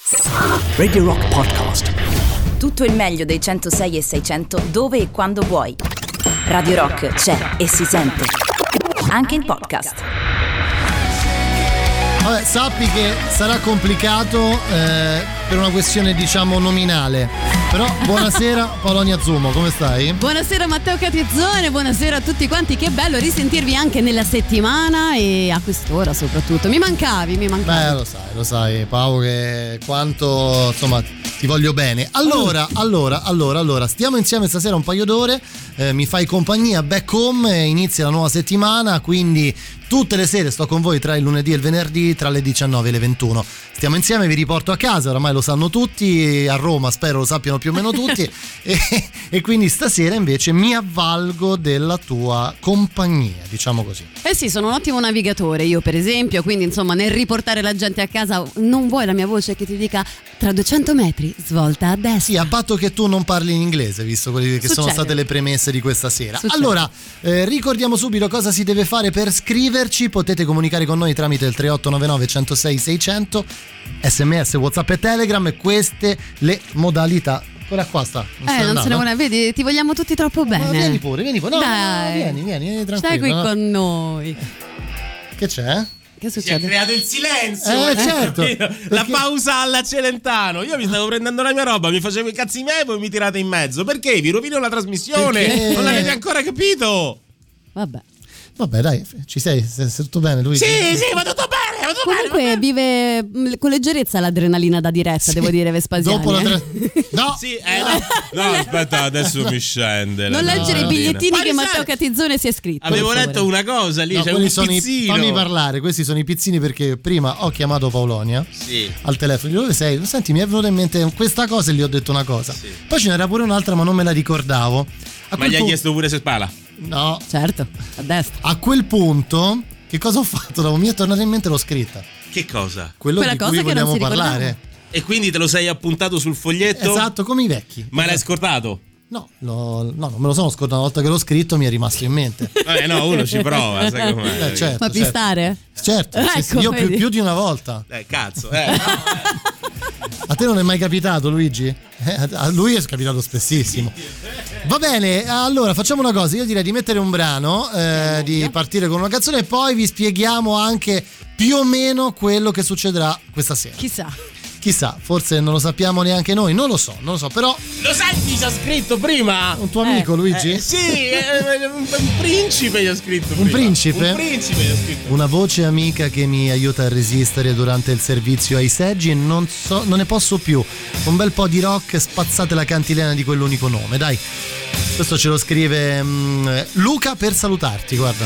Radio Rock Podcast. Tutto il meglio dei 106 e 600 dove e quando vuoi. Radio Rock c'è e si sente anche in podcast. Vabbè, sappi che sarà complicato per una questione diciamo nominale. Però buonasera Paolonia Zumo, come stai? Buonasera Matteo Catizzone, buonasera a tutti quanti, che bello risentirvi anche nella settimana e a quest'ora soprattutto. Mi mancavi. Beh, lo sai Paolo, che quanto insomma ti voglio bene. Allora, stiamo insieme stasera un paio d'ore, mi fai compagnia back home, inizia la nuova settimana, quindi tutte le sere sto con voi tra il lunedì e il venerdì tra le 19 e le 21. Stiamo insieme, vi riporto a casa, oramai lo sanno tutti, a Roma spero lo sappiano più o meno tutti e quindi stasera invece mi avvalgo della tua compagnia, diciamo così. Eh sì, sono un ottimo navigatore io per esempio, quindi insomma nel riportare la gente a casa non vuoi la mia voce che ti dica tra 200 metri svolta a destra. Sì, a patto che tu non parli in inglese, visto quelle che sono state le premesse di questa sera. Allora, ricordiamo subito cosa si deve fare per scriverci. Potete comunicare con noi tramite il 3899 106 600, SMS, WhatsApp e Telegram, e queste le modalità. Ora qua sta. Non se ne vuole, vedi, ti vogliamo tutti troppo bene. Ma vieni pure. No, dai. Vieni tranquillo. Stai qui con noi. Che c'è? Che succede? Si è creato il silenzio, certo. La pausa alla Celentano. Io mi stavo prendendo la mia roba, mi facevo i cazzi miei, poi mi tirate in mezzo. Perché? Vi rovino la trasmissione. Perché? Non l'avete ancora capito? Vabbè, dai, ci sei tutto bene, Luigi? Sì, va tutto bene. Comunque vive con leggerezza l'adrenalina da diretta, devo dire, Vespasiani. Dopo No. Sì, no, aspetta, adesso mi scende. Non leggere i bigliettini che Ma Matteo Catizzone si è scritto. Avevo letto una cosa lì, c'è un pizzino. Fammi parlare, questi sono i pizzini, perché prima ho chiamato Paolonia al telefono, dove sei? Senti, mi è venuta in mente questa cosa e gli ho detto una cosa. Sì. Poi ce n'era pure un'altra ma non me la ricordavo. Ma gli hai chiesto pure se spala? No. Certo, a destra. A quel punto, che cosa ho fatto? Dopo mi è tornata in mente, l'ho scritta. Che cosa? Quello Quella di cosa cui che vogliamo non si parlare. E quindi te lo sei appuntato sul foglietto? Esatto, come i vecchi. Ma l'hai scordato? No, non me lo sono scordato. Una volta che l'ho scritto mi è rimasto in mente. No, uno ci prova, sai com'è. Certo, Ma pistare? Certo, Ecco, io più di una volta. Cazzo, A te non è mai capitato, Luigi? A lui è capitato spessissimo. Va bene, allora facciamo una cosa. Io direi di mettere un brano, di partire con una canzone, e poi vi spieghiamo anche più o meno quello che succederà questa sera. Chissà, forse non lo sappiamo neanche noi, non lo so, però... Lo sai chi ci ha scritto prima? Un tuo amico, Luigi? Sì, un principe gli ha scritto prima. Un principe? Un principe gli ha scritto. Una voce amica che mi aiuta a resistere durante il servizio ai seggi, e non ne posso più. Un bel po' di rock, spazzate la cantilena di quell'unico nome, dai. Questo ce lo scrive Luca per salutarti, guarda.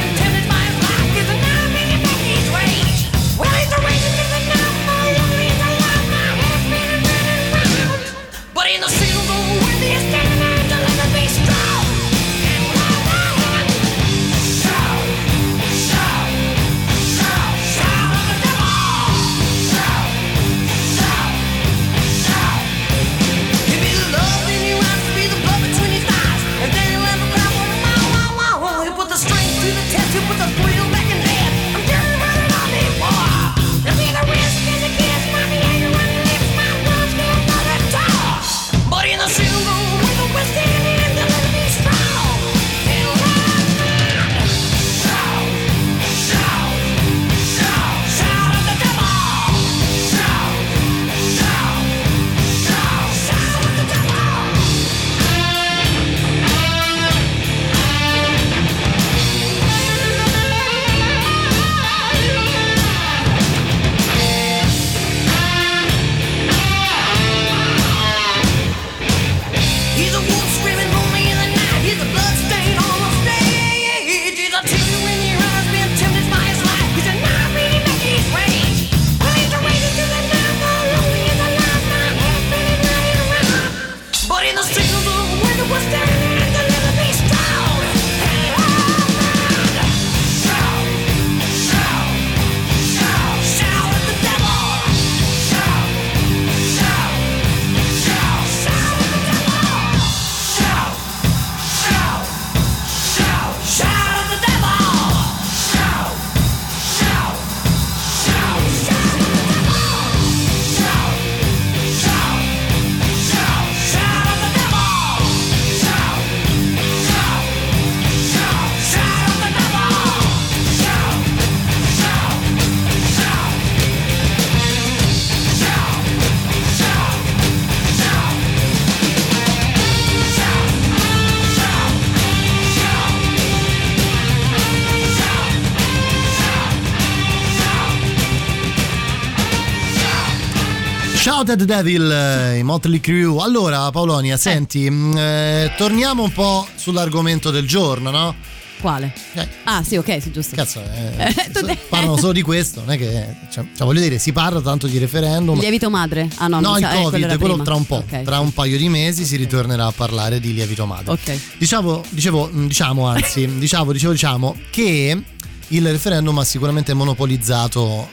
Well, he's a raging in the night, my young Shout at the Devil, i Motley Crue. Allora Paolonia, senti, torniamo un po' sull'argomento del giorno, no? Quale? Ah sì, ok, sì, giusto. Cazzo, parlano solo di questo, non è che cioè, voglio dire, si parla tanto di referendum. Il lievito madre? Ah no, il Covid, quello tra un po', okay. Tra un paio di mesi si ritornerà a parlare di lievito madre. Ok. Diciamo che il referendum ha sicuramente monopolizzato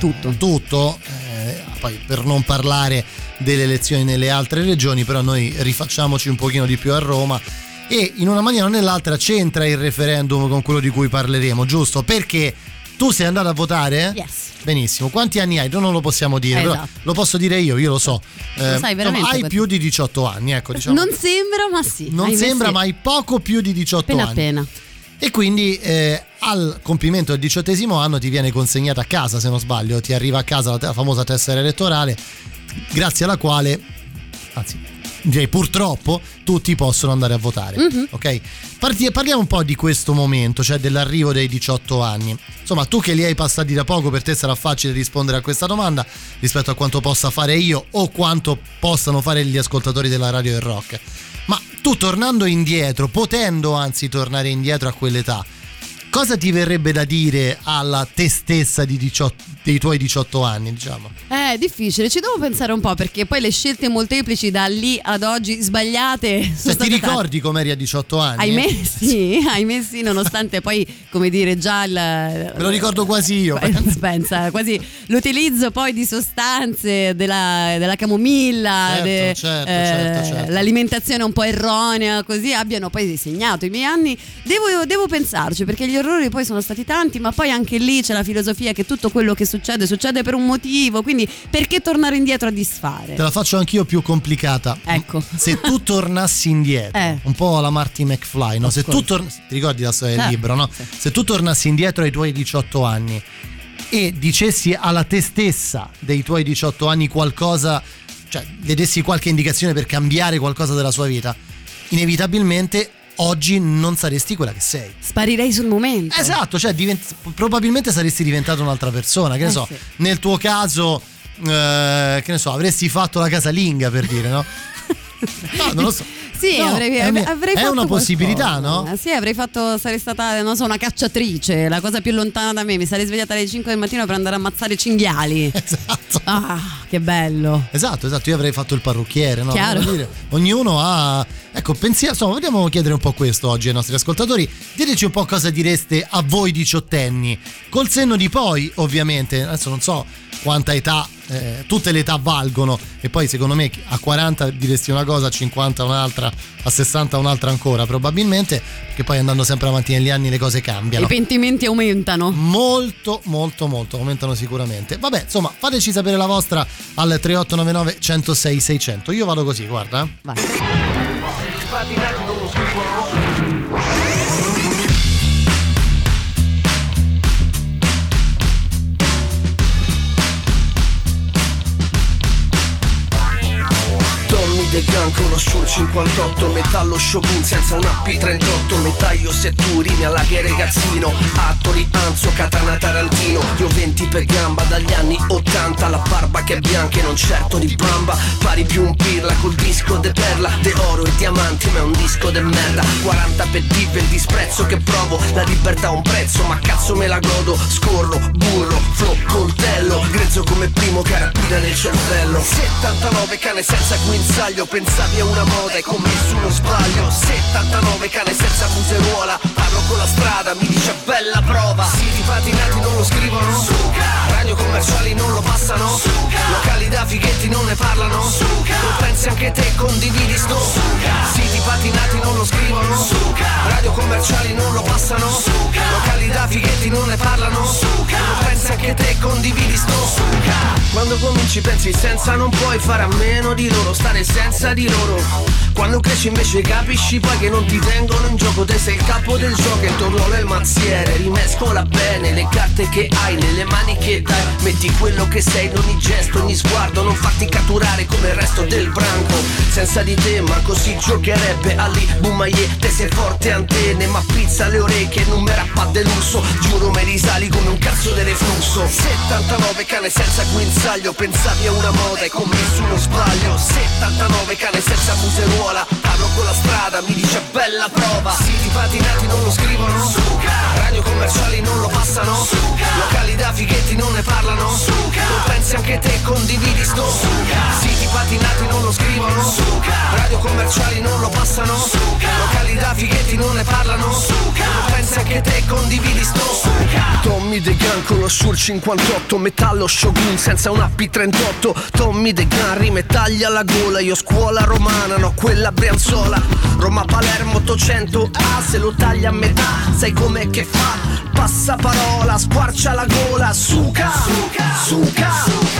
tutto. Poi per non parlare delle elezioni nelle altre regioni, però noi rifacciamoci un pochino di più a Roma. E in una maniera o nell'altra c'entra il referendum con quello di cui parleremo, giusto? Perché tu sei andato a votare? Yes. Benissimo. Quanti anni hai? Non lo possiamo dire, esatto. Però lo posso dire io lo so. Lo sai veramente? Hai più di 18 anni, ecco, diciamo. Non sembra, ma sì. Non sembra, ma hai poco più di 18 anni. Appena. E quindi al compimento del 18° anno ti viene consegnata a casa, se non sbaglio, ti arriva a casa la famosa tessera elettorale, grazie alla quale, anzi direi purtroppo, tutti possono andare a votare. Ok? Parliamo un po' di questo momento, cioè dell'arrivo dei 18 anni. Insomma, tu che li hai passati da poco, per te sarà facile rispondere a questa domanda rispetto a quanto possa fare io o quanto possano fare gli ascoltatori della Radio del Rock. Ma tu, tornando indietro, potendo anzi tornare indietro a quell'età, cosa ti verrebbe da dire alla te stessa dei tuoi 18 anni, diciamo? È difficile, ci devo pensare un po', perché poi le scelte molteplici da lì ad oggi sbagliate sono ti ricordi com'eri a 18 anni? Ahimè sì, nonostante poi, come dire, già me lo ricordo quasi io. Pensa, quasi l'utilizzo poi di sostanze della camomilla, certo. l'alimentazione un po' erronea, così abbiano poi segnato i miei anni. Devo pensarci, perché gli errori poi sono stati tanti, ma poi anche lì c'è la filosofia che tutto quello che succede per un motivo, quindi perché tornare indietro a disfare? Te la faccio anch'io più complicata. Ecco. Se tu tornassi indietro, un po' alla Marty McFly, no? Se tu ti ricordi la storia del libro, no? Sì. Se tu tornassi indietro ai tuoi 18 anni e dicessi alla te stessa dei tuoi 18 anni qualcosa, cioè le dessi qualche indicazione per cambiare qualcosa della sua vita, inevitabilmente oggi non saresti quella che sei. Sparirei sul momento. Esatto, cioè probabilmente saresti diventata un'altra persona, che ne so, nel tuo caso che ne so, avresti fatto la casalinga, per dire, no? No, non lo so. Sì, no, avrei fatto è una possibilità, no? Sì, sarei stata, non so, una cacciatrice, la cosa più lontana da me. Mi sarei svegliata alle 5 del mattino per andare a ammazzare cinghiali. Esatto. Ah, che bello. Esatto, io avrei fatto il parrucchiere, no? Chiaro. Ognuno ha... Ecco, insomma, vogliamo chiedere un po' questo oggi ai nostri ascoltatori. Diteci un po' cosa direste a voi diciottenni. Col senno di poi, ovviamente, adesso non so quanta età, tutte le età valgono, e poi secondo me a 40 diresti una cosa, a 50 un'altra, a 60 un'altra ancora probabilmente, perché poi andando sempre avanti negli anni le cose cambiano. I pentimenti aumentano. Molto aumentano sicuramente. Vabbè, insomma, fateci sapere la vostra al 3899 106 600. Io vado così, guarda. Vai. De Gang con lo Shure 58, metallo Shogun senza un AP38, metà io se tu rimi alla che ragazzino, attori Anzo, Katana Tarantino, io 20 per gamba dagli anni 80, la barba che è bianca e non certo di bamba, pari più un pirla col disco de perla, de oro e diamanti ma è un disco de merda, 40 per dive il disprezzo che provo, la libertà ha un prezzo ma cazzo me la godo, scorro, burro, flow, coltello, grezzo come primo carabina nel cervello, 79 cane senza guinzaglio, pensavi a una moda e commesso uno sbaglio, 79 cane senza museruola, parlo con la strada, mi dice bella prova, siti patinati non lo scrivono, radio commerciali non lo passano, locali da fighetti non ne parlano, lo pensi anche te, condividi sto, siti patinati non lo scrivono, radio commerciali non lo passano, locali da fighetti non ne parlano, lo pensi anche te, condividi sto, quando cominci pensi senza non puoi fare a meno di loro, stare senza di loro, quando cresci invece capisci poi che non ti tengono in gioco, te sei il capo del gioco e il tuo ruolo è il mazziere, rimescola bene le carte che hai nelle mani che dai, metti quello che sei in ogni gesto, ogni sguardo, non farti catturare come il resto del branco, senza di te manco si giocherebbe Ali Bumaye, te sei forte antenne ma pizza le orecchie, non me rappa deluso, giuro me risali come un cazzo del reflusso, 79 cane senza guinzaglio, guinzaglio, pensavi a una moda e commesso uno sbaglio. 79 cane senza museruola, parlo con la strada, mi dice bella prova. Siti patinati non lo scrivono, radio commerciali non lo passano, locali da fighetti non ne parlano, lo pensi anche te, condividi sto. Siti patinati non lo scrivono, radio commerciali non lo passano, locali da fighetti non ne parlano, lo pensi anche te, condividi sto. Tommy De Gun con lo Shure 58, metallo Shogun senza una P38. Tommy De Gun rimetaglia alla gola, io scuola romana, no quella brianzola. Roma-Palermo 800, se lo taglia a metà, sai com'è che fa? Passa parola, squarcia la gola, suca, suca.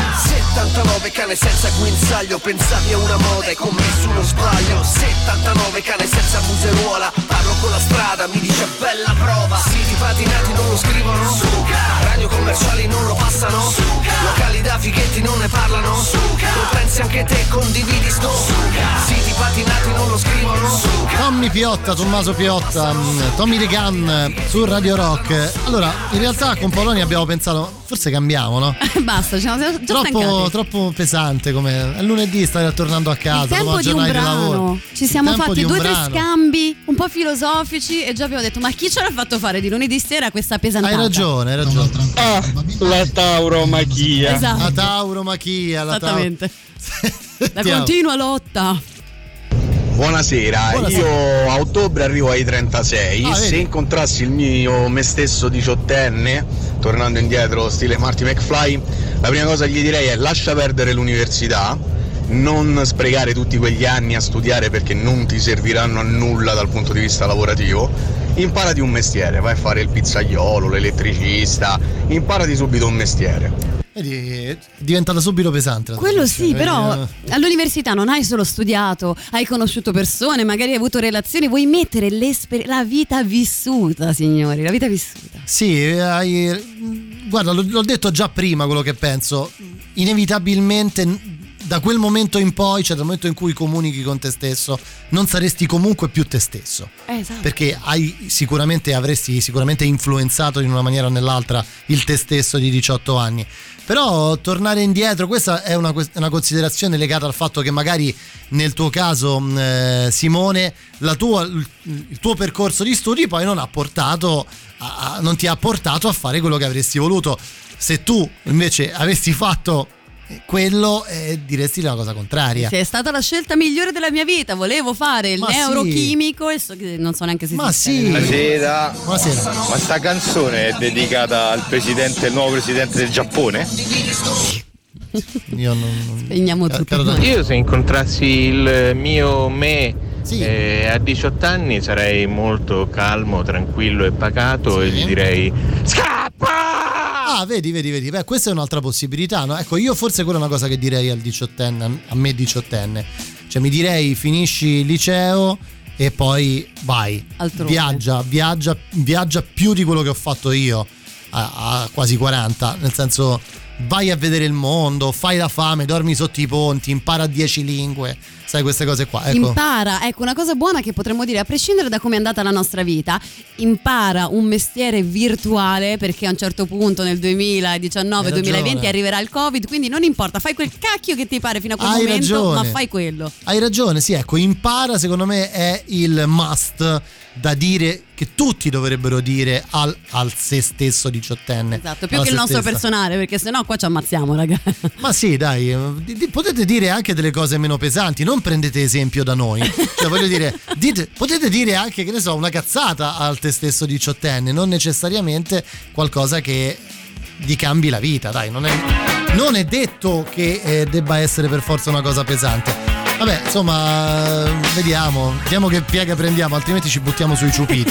79 cane senza guinzaglio, pensavi a una moda e commesso uno sbaglio. 79 cane senza museruola, parlo con la strada, mi dice bella prova. Siti patinati non lo scrivono, radio commerciali non lo passano, locali da fighetti non ne parlano, lo pensi anche te, condividi sto. Siti patinati non lo scrivono. Tommy Piotta, Tommaso Piotta, Tommy De Gun su Radio Rock. Allora, in realtà con Paoloni abbiamo pensato, forse cambiamo, no? Basta, siamo già stancati. Troppo pesante, come è lunedì, stai tornando a casa. Il tempo di un brano. Ci siamo fatti 2 o 3 scambi un po' filosofici e già abbiamo detto, ma chi ce l'ha fatto fare di lunedì sera questa pesantata? Hai ragione. La tauromachia. Esatto. La tauromachia. Esattamente. La continua lotta. Buonasera, io a ottobre arrivo ai 36, se incontrassi il mio me stesso 18enne, tornando indietro stile Marty McFly, la prima cosa che gli direi è lascia perdere l'università, non sprecare tutti quegli anni a studiare perché non ti serviranno a nulla dal punto di vista lavorativo, imparati un mestiere, vai a fare il pizzaiolo, l'elettricista, imparati subito un mestiere. È diventata subito pesante. Quello sì, però all'università non hai solo studiato, hai conosciuto persone, magari hai avuto relazioni, vuoi mettere la vita vissuta, signori, la vita vissuta. Sì, guarda, l'ho detto già prima quello che penso. Inevitabilmente da quel momento in poi, cioè dal momento in cui comunichi con te stesso, non saresti comunque più te stesso. Esatto. Perché avresti sicuramente influenzato in una maniera o nell'altra il te stesso di 18 anni. Però tornare indietro, questa è una considerazione legata al fatto che magari nel tuo caso, Simone, il tuo percorso di studi poi non ti ha portato a fare quello che avresti voluto. Se tu invece avessi fatto quello, diresti la cosa contraria. Sì, è stata la scelta migliore della mia vita, volevo fare il neurochimico e non so neanche se Buonasera. Buonasera. Ma sta canzone è dedicata al nuovo presidente del Giappone? Io non spegniamo tutto. Io se incontrassi il mio me a 18 anni sarei molto calmo, tranquillo e pacato e gli direi scappa! Ah, vedi, beh, questa è un'altra possibilità, no? Ecco, io forse quella è una cosa che direi al 18enne, a me 18enne. Cioè mi direi finisci il liceo e poi vai, viaggia più di quello che ho fatto io a quasi 40, nel senso vai a vedere il mondo, fai la fame, dormi sotto i ponti, impara 10 lingue, sai, queste cose qua. Ecco. Impara, ecco, una cosa buona che potremmo dire, a prescindere da come è andata la nostra vita, impara un mestiere virtuale, perché a un certo punto nel 2019-2020 arriverà il Covid, quindi non importa, fai quel cacchio che ti pare fino a quel momento, ma fai quello. Hai ragione, sì, ecco, impara secondo me è il must da dire, che tutti dovrebbero dire al se stesso 18enne. Esatto, più che il nostro personale, perché sennò qua ci ammazziamo, ragazzi. Ma sì, dai, potete dire anche delle cose meno pesanti, non prendete esempio da noi. Cioè, voglio dire, potete dire anche, che ne so, una cazzata al te stesso 18enne, non necessariamente qualcosa che gli cambi la vita, dai, non è detto che debba essere per forza una cosa pesante. Vabbè, insomma, vediamo che piega prendiamo, altrimenti ci buttiamo sui ciupiti,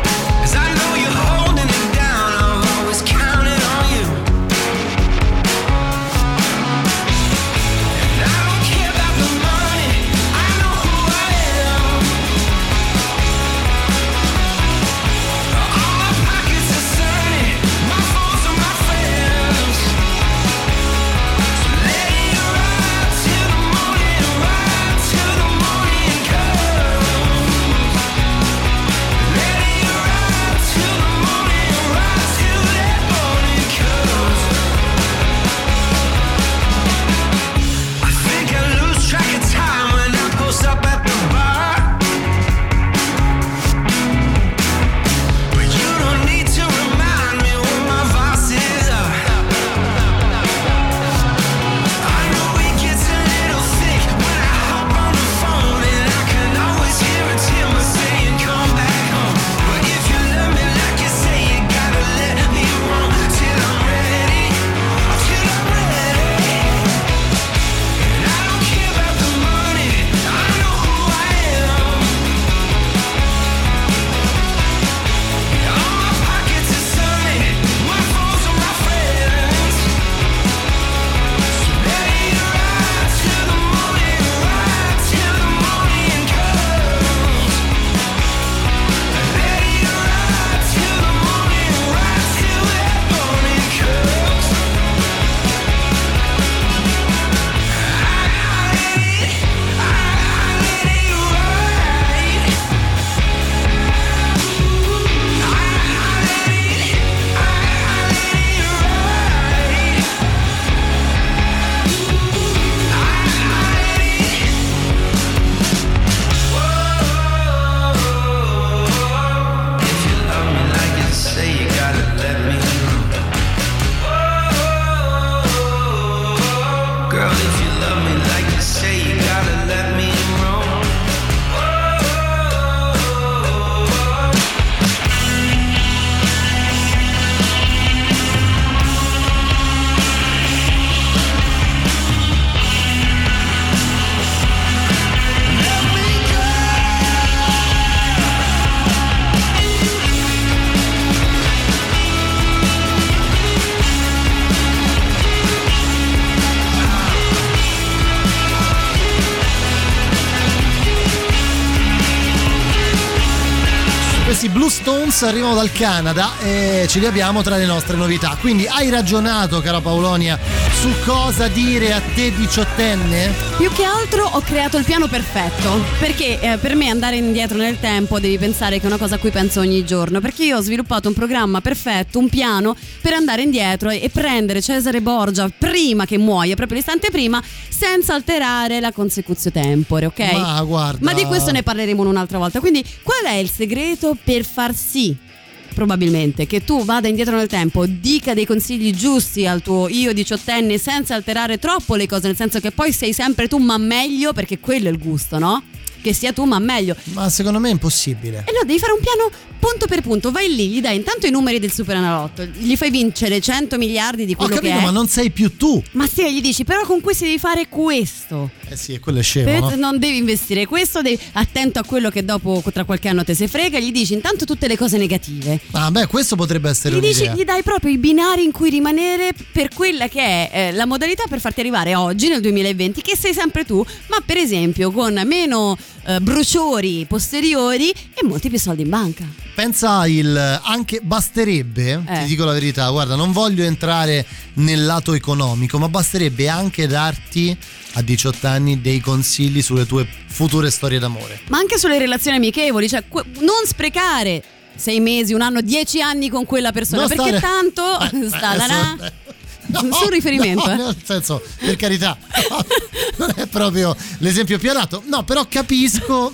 Questi Blue Stones arrivano dal Canada e ce li abbiamo tra le nostre novità. Quindi hai ragionato, cara Paolonia, su cosa dire a te diciottenne? Più che altro ho creato il piano perfetto, perché per me andare indietro nel tempo devi pensare che è una cosa a cui penso ogni giorno, perché io ho sviluppato un programma perfetto, un piano per andare indietro e prendere Cesare Borgia prima che muoia, proprio l'istante prima, senza alterare la consecutio tempore, ok? Ma guarda, ma di questo ne parleremo un'altra volta. Quindi qual è il segreto per far sì, probabilmente, che tu vada indietro nel tempo, dica dei consigli giusti al tuo io diciottenne senza alterare troppo le cose, nel senso che poi sei sempre tu ma meglio, perché quello è il gusto, no? Che sia tu ma meglio. Ma secondo me è impossibile. E no, devi fare un piano punto per punto. Vai lì, gli dai intanto i numeri del Superenalotto, gli fai vincere 100 miliardi di quello Ho capito, che è. ma non sei più tu. Ma sì, gli dici però con questo devi fare questo. Eh sì, quello è scemo, no? Non devi investire questo, devi attento a quello che dopo tra qualche anno te se frega. Gli dici intanto tutte le cose negative. Ah beh, questo potrebbe essere un'idea. Gli dai proprio i binari in cui rimanere per quella che è la modalità per farti arrivare oggi nel 2020, che sei sempre tu, ma per esempio con meno bruciori posteriori e molti più soldi in banca. Pensa anche basterebbe, ti dico la verità, guarda, non voglio entrare nel lato economico, ma basterebbe anche darti a 18 anni dei consigli sulle tue future storie d'amore. Ma anche sulle relazioni amichevoli, cioè non sprecare 6 mesi, un anno, 10 anni con quella persona, perché tanto sta là. Nessun riferimento, no, nel senso, per carità, non è proprio l'esempio più adatto. No, però capisco.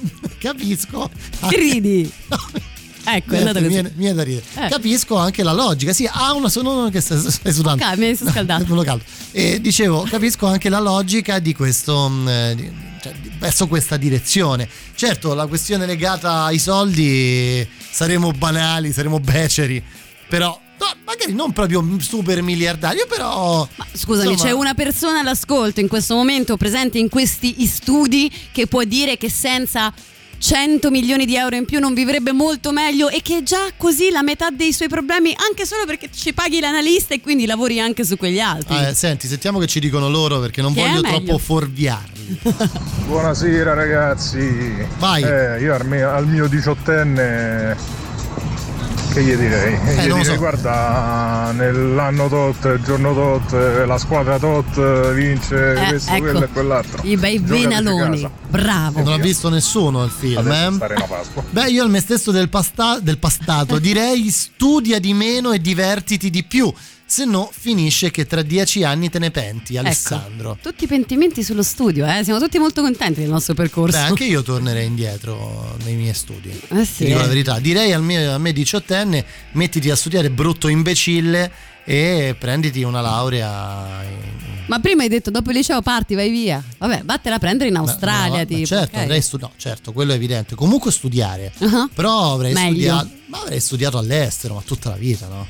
Che ridi? No. Ecco, è andato così. Mi è da ridere. Capisco anche la logica. Sì, ha una sono che stai sudando. Ok, mi sono scaldato. No, caldo. E dicevo, capisco anche la logica di questo, verso questa direzione. Certo, la questione legata ai soldi saremo banali, saremo beceri, però magari non proprio super miliardario, però. Ma scusami, insomma, c'è una persona all'ascolto in questo momento presente in questi studi che può dire che senza 100 milioni di euro in più non vivrebbe molto meglio e che già così la metà dei suoi problemi, anche solo perché ci paghi l'analista e quindi lavori anche su quegli altri. Senti, sentiamo che ci dicono loro, perché non voglio troppo fuorviarli. Buonasera ragazzi. Vai. Io al mio diciottenne che gli direi? Gli direi guarda, nell'anno tot, il giorno tot, la squadra tot vince questo, ecco, quello e quell'altro. I bei venaloni. Bravo. Non ha visto nessuno il film. Beh, io al me stesso del pastato direi studia di meno e divertiti di più. Se no finisce che tra 10 anni te ne penti, Alessandro. Ecco, tutti i pentimenti sullo studio, siamo tutti molto contenti del nostro percorso. Beh, anche io tornerei indietro nei miei studi. Sì, dico la verità. Direi a me diciottenne, mettiti a studiare, brutto imbecille, e prenditi una laurea. Ma prima hai detto dopo il liceo parti, vai via. Vabbè, vattela a prendere in Australia. Tipo, certo, okay. Certo, quello è evidente. Comunque studiare. Però avrei studiato all'estero, ma tutta la vita, no?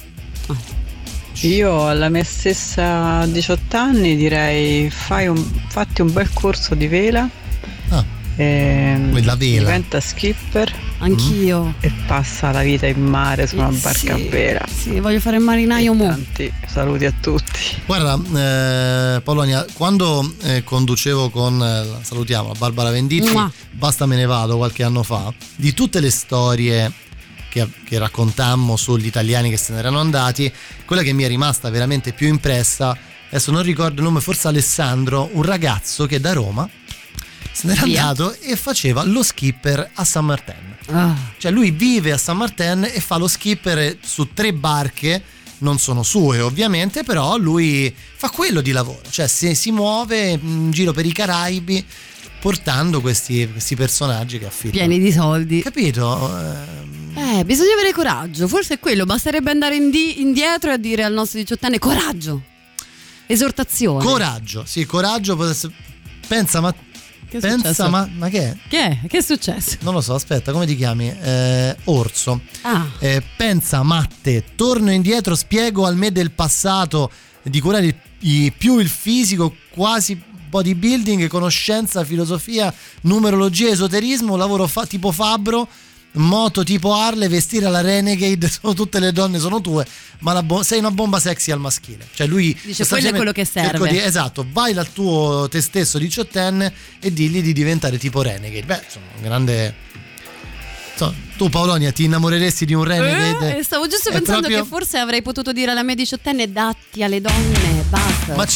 Io alla mia stessa 18 anni direi fatti un bel corso di vela. La vela. Diventa skipper. Anch'io. E passa la vita in mare su una barca a vela. Sì, voglio fare il marinaio mo. Tanti saluti a tutti. Guarda, Paolonia, quando conducevo con salutiamo Barbara Venditti, Basta me ne vado qualche anno fa, di tutte le storie che raccontammo sugli italiani che se ne erano andati, quella che mi è rimasta veramente più impressa, adesso non ricordo il nome, forse Alessandro, un ragazzo che da Roma se n'era andato e faceva lo skipper a San Martin. Cioè lui vive a San Martin e fa lo skipper su 3 barche, non sono sue ovviamente, però lui fa quello di lavoro, cioè si muove in giro per i Caraibi portando questi personaggi che affittano. Pieni di soldi. Capito? Bisogna avere coraggio, forse è quello, basterebbe andare indietro e a dire al nostro 18enne coraggio, esortazione. Coraggio, sì, coraggio. Pensa, ma che è? Che è successo? Non lo so, aspetta, come ti chiami? Orso. Pensa Matte, torno indietro, spiego al me del passato di curare più il fisico, quasi bodybuilding, conoscenza, filosofia, numerologia, esoterismo, lavoro tipo fabbro, moto tipo Harley, vestire alla Renegade, sono tutte le donne sono tue, ma sei una bomba sexy al maschile. Cioè lui dice quello è quello che serve. Esatto, vai dal tuo te stesso 18enne e digli di diventare tipo Renegade. Beh, insomma, un grande Tu Paolonia ti innamoreresti di un Renegade? Stavo giusto pensando proprio... che forse avrei potuto dire alla mia 18enne datti alle donne, basta. Ma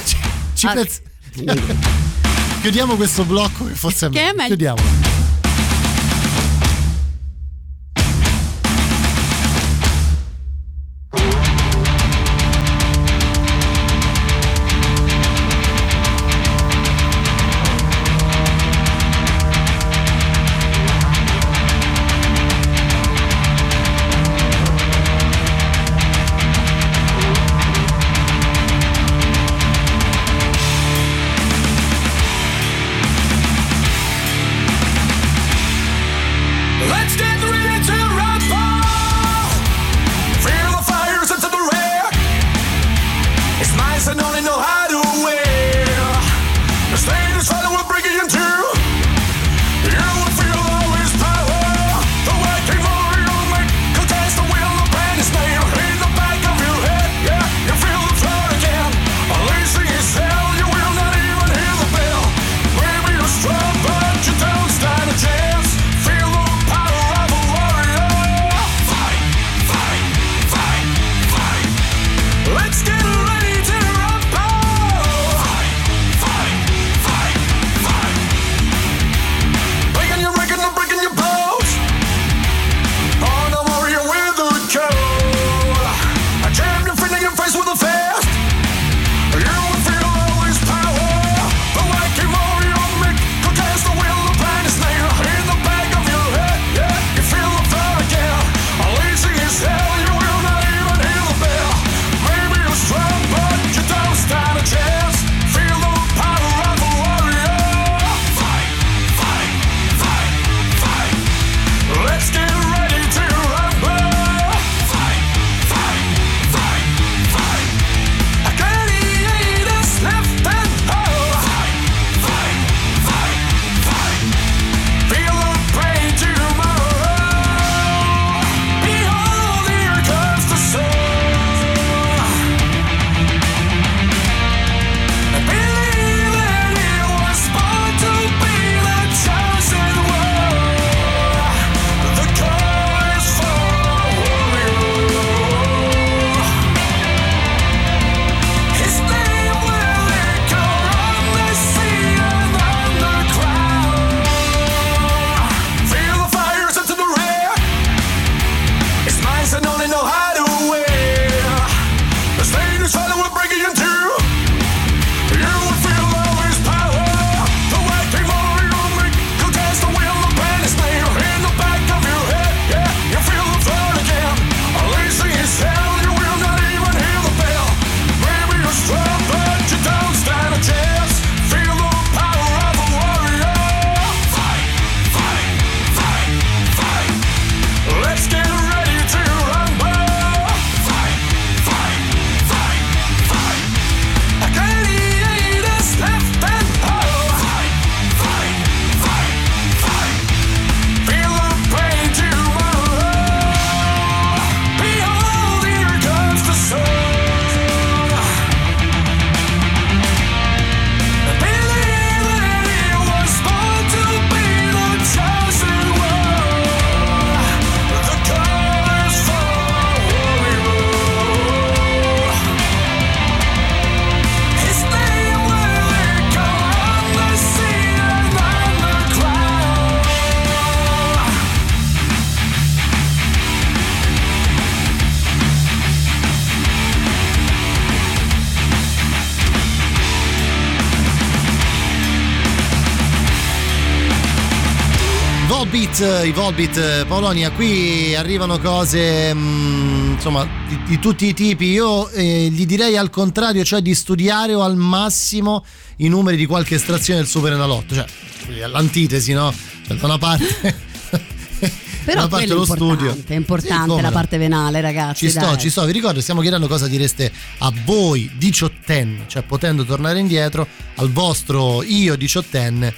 chiudiamo questo blocco che forse è meglio. Chiudiamolo. I Volbeat, Paolonia, qui arrivano cose insomma di tutti i tipi. Io gli direi al contrario, cioè di studiare o al massimo i numeri di qualche estrazione del Super Enalotto, cioè l'antitesi, no? Da una parte però parte lo studio è importante, sì, la parte venale, ragazzi. Ci sto, vi ricordo, stiamo chiedendo cosa direste a voi diciottenni, cioè potendo tornare indietro al vostro io diciottenne,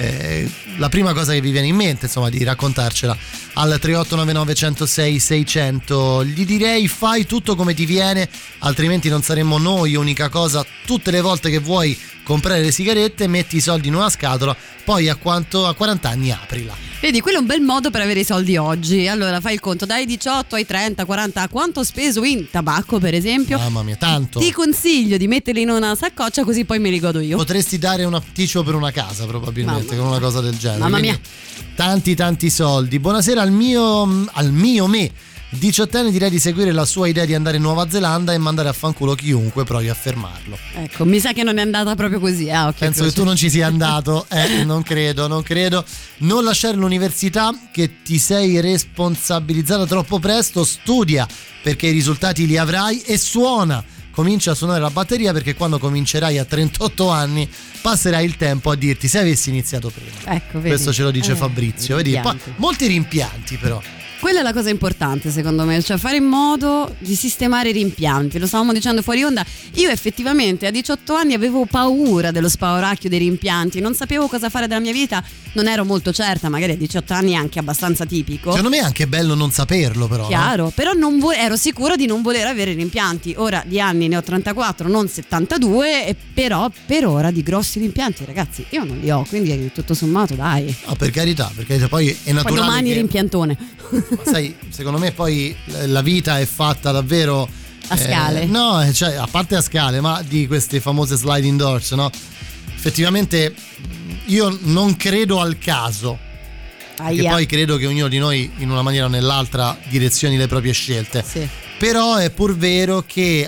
la prima cosa che vi viene in mente, insomma, di raccontarcela al 3899 106 600. Gli direi fai tutto come ti viene, altrimenti non saremmo noi. Unica cosa, tutte le volte che vuoi comprare le sigarette metti i soldi in una scatola, poi a 40 anni aprila. Vedi, quello è un bel modo per avere i soldi oggi. Allora fai il conto, dai 18 ai 30, 40, quanto ho speso in tabacco per esempio. Mamma mia, tanto. Ti consiglio di metterli in una saccoccia così poi me li godo io. Potresti dare un anticipo per una casa probabilmente, con una cosa del genere. Mamma mia. Tanti soldi. Buonasera al mio me 18enne, direi di seguire la sua idea di andare in Nuova Zelanda e mandare a fanculo chiunque provi a fermarlo. Ecco, mi sa che non è andata proprio così. Penso che tu non ci sia andato. Non credo. Non lasciare l'università, che ti sei responsabilizzata troppo presto. Studia, perché i risultati li avrai, e suona. Comincia a suonare la batteria, perché quando comincerai a 38 anni passerai il tempo a dirti se avessi iniziato prima. Ecco, vedi? Questo ce lo dice Fabrizio. Vedi? Molti rimpianti però. Quella è la cosa importante secondo me, cioè fare in modo di sistemare i rimpianti. Lo stavamo dicendo fuori onda, io effettivamente a 18 anni avevo paura dello spauracchio dei rimpianti, non sapevo cosa fare della mia vita, non ero molto certa, magari a 18 anni è anche abbastanza tipico. Secondo me è anche bello non saperlo però. Chiaro, no? Però ero sicura di non voler avere rimpianti. Ora di anni ne ho 34, non 72, però per ora di grossi rimpianti ragazzi io non li ho, quindi tutto sommato dai. No, per carità, perché poi è naturale. Poi domani rimpiantone. Ma sai, secondo me poi la vita è fatta davvero a scale. No, cioè, a parte a scale, ma di queste famose sliding doors, no? Effettivamente io non credo al caso. Che poi credo che ognuno di noi in una maniera o nell'altra direzioni le proprie scelte. Sì. Però è pur vero che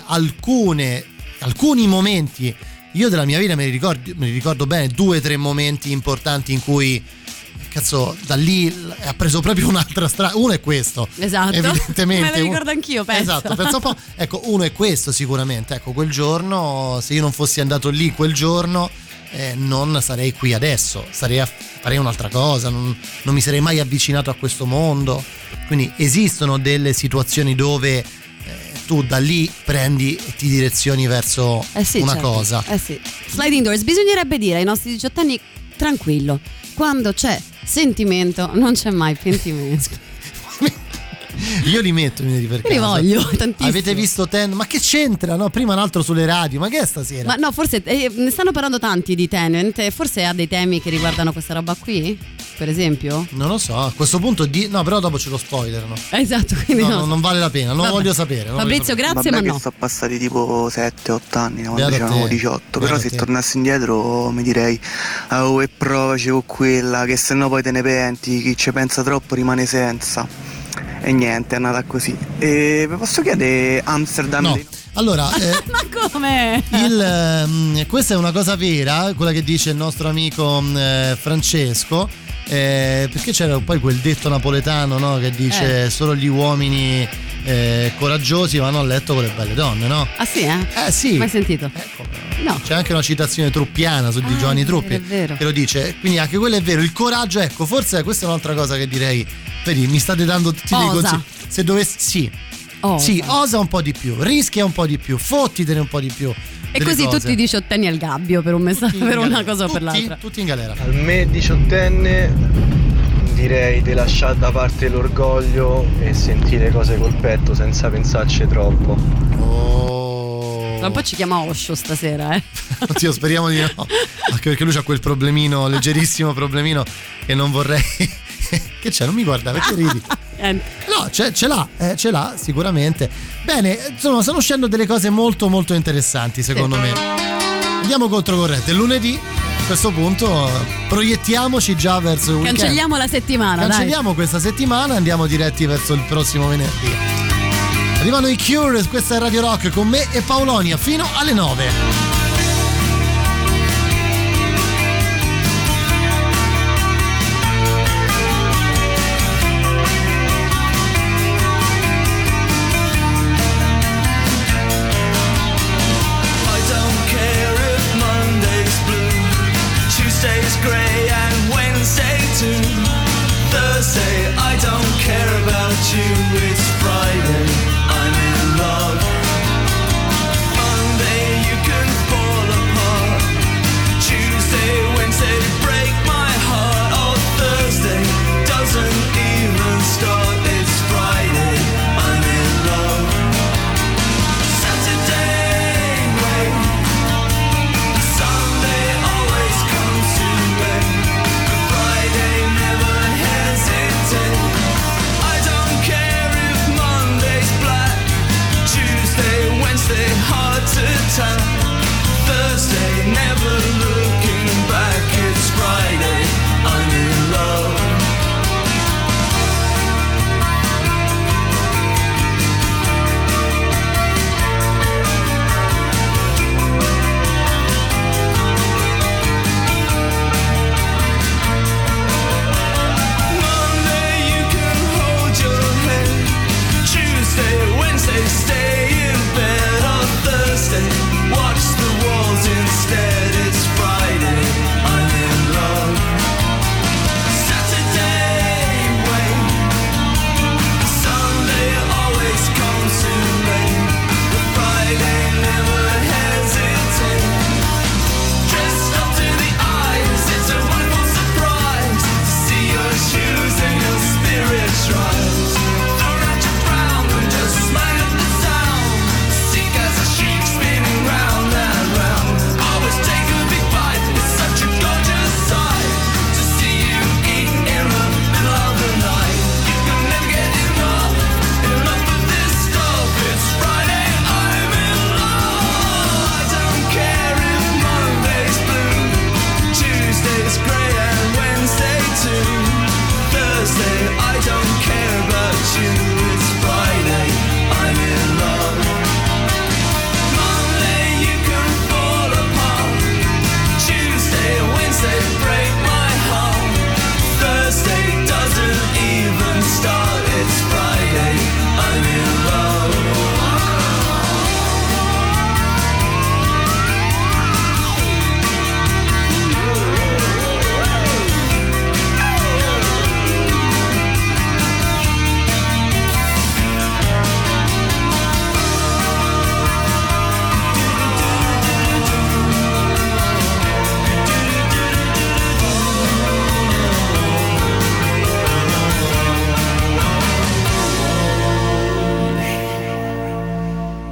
alcuni momenti, io della mia vita me li ricordo bene, 2 o 3 momenti importanti in cui cazzo, da lì ha preso proprio un'altra strada. Uno è questo, esatto, evidentemente. Me lo ricordo anch'io, penso. Esatto, penso un po'. Ecco, uno è questo sicuramente. Ecco, quel giorno, se io non fossi andato lì quel giorno, non sarei qui adesso, farei un'altra cosa, non mi sarei mai avvicinato a questo mondo. Quindi esistono delle situazioni dove tu da lì prendi e ti direzioni verso una cosa. Sì. Sliding doors, bisognerebbe dire ai nostri 18 anni tranquillo, quando c'è sentimento non c'è mai pentimento. Io li metto per caso. Li voglio tantissimo. Avete visto Ten? Ma che c'entra? No, prima un altro sulle radio. Ma che è stasera? Ma no, forse ne stanno parlando tanti di Tenet. Forse ha dei temi che riguardano questa roba qui, per esempio? Non lo so. A questo punto no, però dopo ce lo spoilerano. Esatto, quindi no, non vale la pena. Non voglio sapere. Fabrizio, grazie, ma no. Sono passati tipo 7-8 anni quando c'erano 18. Però se tornassi indietro mi direi e provaci con quella, che se no poi te ne penti. Chi ci pensa troppo rimane senza. E niente, è andata così. E vi posso chiedere Amsterdam? No. Allora, ma come? Questa è una cosa vera, quella che dice il nostro amico Francesco, perché c'era poi quel detto napoletano, no, che dice solo gli uomini coraggiosi vanno a letto con le belle donne, no? Ah sì, sì. Mai sentito? Ecco. No. C'è anche una citazione truppiana di Giovanni Truppi, è vero. che lo dice, quindi anche quello è vero. Il coraggio, ecco, forse questa è un'altra cosa che direi. Vedi, mi state dando tutti dei consigli. Se dovessi osa un po' di più, rischia un po' di più, fottitene un po' di più. E così cose. tutti i 18enni al gabbio per un messaggio, per una cosa o per l'altra. Tutti in galera. Al me 18enne direi di lasciare da parte l'orgoglio e sentire cose col petto senza pensarci troppo. Ma poi ci chiama Osho stasera, Oddio, speriamo di no. Anche perché lui c'ha quel problemino, leggerissimo problemino, che non vorrei. Che c'è? Non mi guarda, perché ridi? No, ce l'ha sicuramente. Bene, insomma, stanno uscendo delle cose molto molto interessanti secondo me. Andiamo controcorrente. Lunedì, a questo punto, proiettiamoci già verso il weekend. Cancelliamo la settimana. Cancelliamo questa settimana, andiamo diretti verso il prossimo venerdì. Arrivano i Cure, questa è Radio Rock con me e Paolonia fino alle 9. Tuesday's grey and Wednesday too. Thursday, I don't care about you. It's Friday, I'm in love. Monday, you can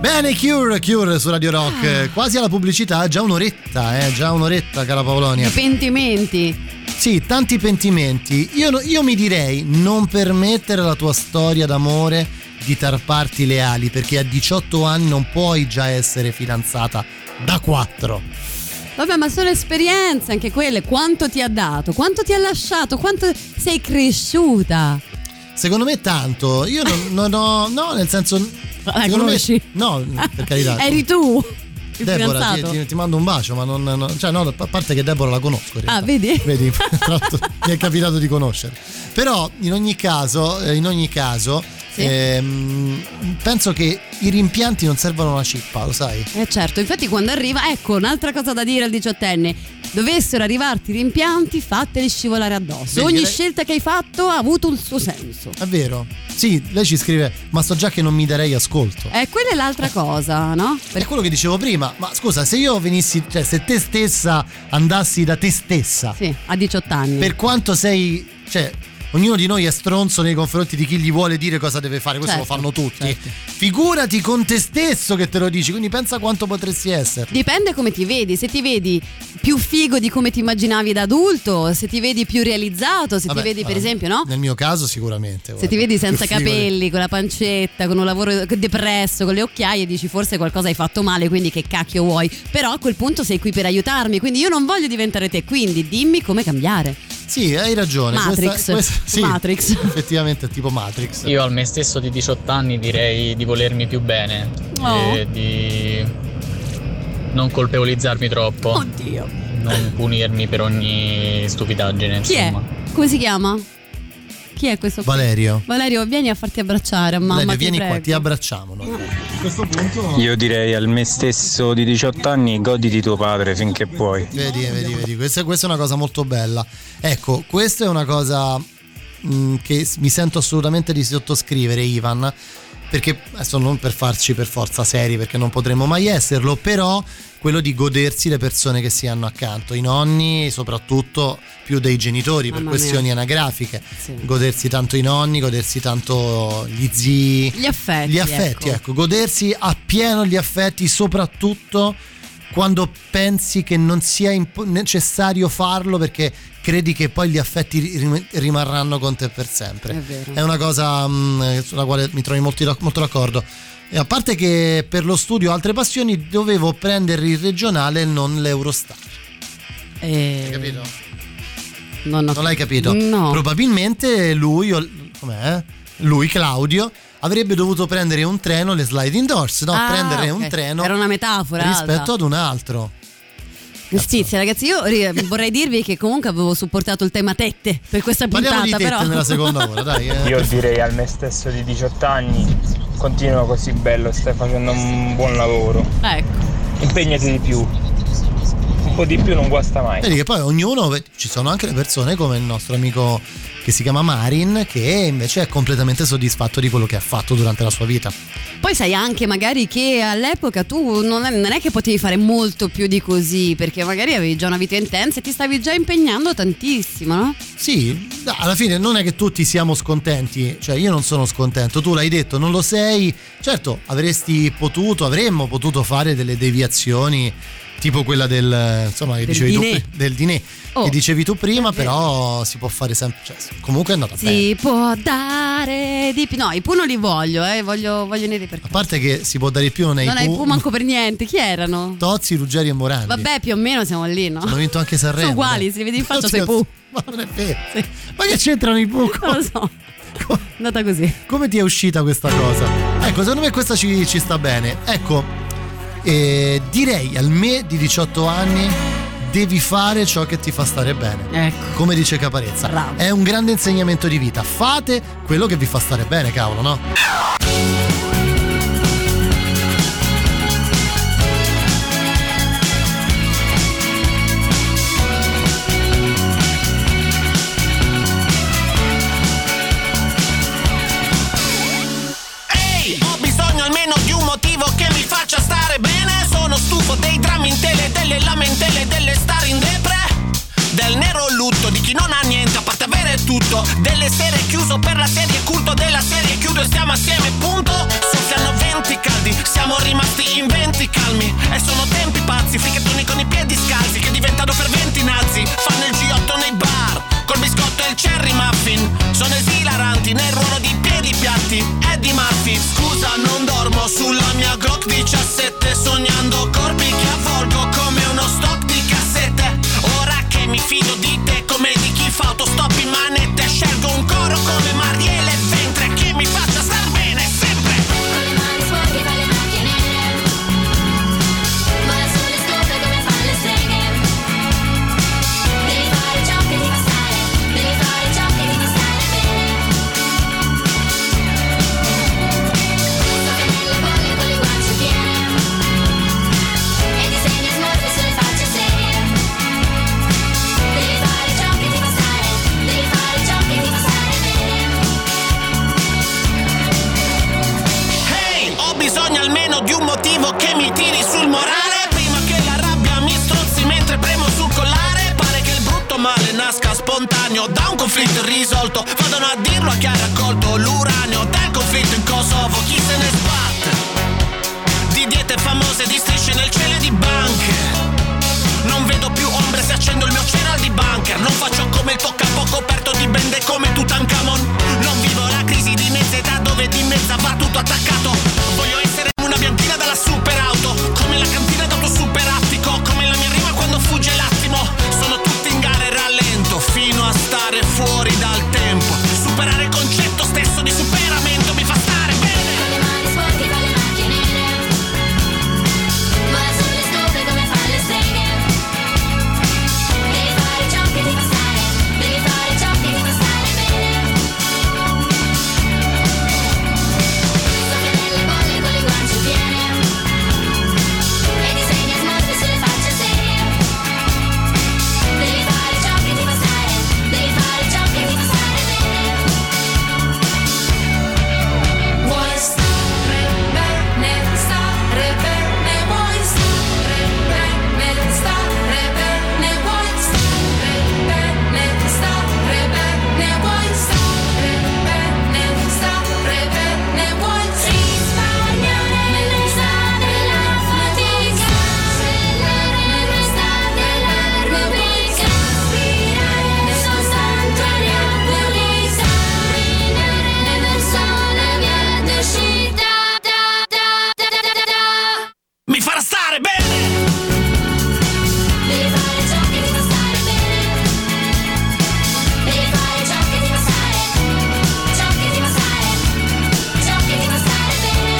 Bene, Cure su Radio Rock, quasi alla pubblicità, già un'oretta, cara Paolonia. I pentimenti. Sì, tanti pentimenti. Io mi direi non permettere alla tua storia d'amore di tarparti le ali, perché a 18 anni non puoi già essere fidanzata da 4. Vabbè, ma sono esperienze anche quelle. Quanto ti ha dato? Quanto ti ha lasciato? Quanto sei cresciuta? Secondo me tanto. Io non ho... No, nel senso... La conosci? No, per carità. Eri tu il Deborah, fidanzato? ti mando un bacio, ma non cioè no, a parte che Deborah la conosco. Ah, vedi? Vedi, tra l'altro mi è capitato di conoscere. Però in ogni caso sì. Penso che i rimpianti non servono una cippa, lo sai? Certo, infatti quando arriva, ecco un'altra cosa da dire al 18enne: dovessero arrivarti i rimpianti, fateli scivolare addosso. Vedi, ogni lei... scelta che hai fatto ha avuto un suo senso. È vero. Sì, lei ci scrive: ma so già che non mi darei ascolto. Quella è l'altra cosa, no? È quello che dicevo prima. Ma scusa, se io venissi, cioè se te stessa andassi da te stessa, sì, a 18 anni, per quanto sei, cioè ognuno di noi è stronzo nei confronti di chi gli vuole dire cosa deve fare, questo certo, lo fanno tutti. Certo. Figurati con te stesso che te lo dici, quindi pensa quanto potresti essere. Dipende come ti vedi, se ti vedi più figo di come ti immaginavi da adulto, se ti vedi più realizzato, se ti vedi per esempio, no? Nel mio caso sicuramente. Se ti vedi senza capelli, con la pancetta, con un lavoro depresso, con le occhiaie, dici forse qualcosa hai fatto male, quindi che cacchio vuoi? Però a quel punto sei qui per aiutarmi, quindi io non voglio diventare te, quindi dimmi come cambiare. Sì, hai ragione. Matrix. Sì, Matrix. Effettivamente è tipo Matrix. Io al me stesso di 18 anni direi di volermi più bene e di non colpevolizzarmi troppo. Oddio. Non punirmi per ogni stupidaggine. Chi insomma. è? Come si chiama? Chi è questo? Valerio. Valerio, vieni a farti abbracciare a mamma. Valerio, vieni prego. qua, ti abbracciamo noi. A questo punto io direi al me stesso di 18 anni: goditi tuo padre finché puoi. Vedi, questa è una cosa molto bella. Ecco, questa è una cosa che mi sento assolutamente di sottoscrivere, Ivan, perché adesso non per farci per forza seri, perché non potremo mai esserlo, però quello di godersi le persone che si hanno accanto, i nonni soprattutto più dei genitori, per questioni anagrafiche, sì. Godersi tanto i nonni, godersi tanto gli zii, gli affetti, ecco, godersi appieno gli affetti, soprattutto quando pensi che non sia necessario farlo, perché credi che poi gli affetti rimarranno con te per sempre. È vero. È una cosa sulla quale mi trovi molto d'accordo. E a parte che per lo studio altre passioni dovevo prendere il regionale e non l'Eurostar. Hai capito? Non l'hai capito? No. Probabilmente lui, Claudio, avrebbe dovuto prendere un treno, le sliding doors, no? Prendere un treno. Era una metafora rispetto ad un altro. Giustizia, ragazzi, io vorrei dirvi che comunque avevo supportato il tema tette per questa puntata. Parliamo di tette però nella seconda ora, dai. Io direi al me stesso di 18 anni: continua così, bello, stai facendo un buon lavoro. Ecco. Impegnati di più. Un po' di più non guasta mai. Vedi che poi ognuno, ci sono anche le persone come il nostro amico che si chiama Marin, che invece è completamente soddisfatto di quello che ha fatto durante la sua vita. Poi sai anche magari che all'epoca tu non è che potevi fare molto più di così, perché magari avevi già una vita intensa e ti stavi già impegnando tantissimo, no? Sì, alla fine non è che tutti siamo scontenti, cioè io non sono scontento, tu l'hai detto, non lo sei. Certo, avremmo potuto fare delle deviazioni, tipo quella del dinè che dicevi tu prima, però si può fare sempre, cioè, comunque è andata bene. Si può dare di più. No, i Pooh non li voglio, voglio neri per. A parte che si può dare più nei non hai Pooh manco per niente. Chi erano? Tozzi, Ruggeri e Morandi. Vabbè, più o meno siamo lì, no? Hanno vinto anche Sanremo. Sono uguali, si li vedi in faccia, sei Pooh. Ma non è vero. Sì. Ma che c'entrano i Pooh? Non lo so. È andata così. Come ti è uscita questa cosa? Ecco, secondo me questa ci sta bene. Ecco, direi al me di 18 anni: devi fare ciò che ti fa stare bene. Ecco. Come dice Caparezza. Bravo. È un grande insegnamento di vita. Fate quello che vi fa stare bene, cavolo, no? Ehi, ho bisogno almeno di un motivo che mi faccia stare bene. Sono stufo dei drammi in tele, delle lamentele, delle stare in depre, del nero lutto di chi non ha niente a parte avere tutto. culto delle serie chiuso per la serie culto della serie chiudo e stiamo assieme punto. Soffiano venti caldi, siamo rimasti in venti calmi e sono tempi pazzi, fricchettoni con i piedi scalzi che diventano per 20 nazi, fanno il G8 nei bar col biscotto e il cherry muffin, sono esilaranti nel ruolo di piedi piatti Eddie Murphy. Scusa non dormo sulla mia Glock 17 sognando corpi che avvolgo come uno stock di cassette. Ora che mi fido di te come di chi fa autostop in manette, scelgo un coro come Marielle Ventre che mi faccia star bene sempre. Con le mani sporche fa le macchie nere, ma da sole scopre come fanno le streghe. Devi fare ciò che ti fa stare, devi fare ciò che ti fa stare bene. Soffia nelle bolle con le guance piene e disegna smorfie sulle facce serie. Devi fare ciò che ti fa stare, devi fare ciò che ti fa stare bene. Hey, ho bisogno almeno di un motivo che mi tiri sul morale, prima che la rabbia mi strozzi mentre premo sul collare. Pare che il brutto male nasca spontaneo da un conflitto irrisolto, vadano a dirlo a chi ha raccolto l'uranio del conflitto in Kosovo. Chi se ne sbatte di diete famose, di strisce nel cielo e di banche. Non vedo più ombre se accendo il mio cereal di bunker. Non faccio come il toccapo coperto di bende come Tutankhamon. Non vivo la crisi di mezza età dove di mezza va tutto attaccato. Voglio essere una bianchina dalla super auto, come la cantina d'auto super attico, come la mia rima quando fugge l'attimo. Sono tutti in gara e rallento fino a stare fuori dal tempo. Superare il concetto stesso di superamento mi fa stare bene. Con le mani sporche fa le macchie nere, ma da sole scopre come fanno le streghe. Devi fare ciò che ti fa stare, devi fare ciò che ti fa stare bene. Soffia nelle bolle con le guance piene e disegna smorfie sulle facce serie. Devi fare ciò che ti fa stare, devi fare ciò che ti fa stare bene. Vuoi stare bene, vuoi stare bene, vuoi stare bene, vuoi stare bene, vuoi risparmiare nell'estate la fatica, nell'estate la rubrica, respirare nel soltanto aria pulita, rinare nel sole via d'uscita, mi farà stare bene. Devi fare ciò che ti fa stare bene, devi fare ciò che ti fa stare, ciò che ti fa stare, ciò che ti fa stare bene,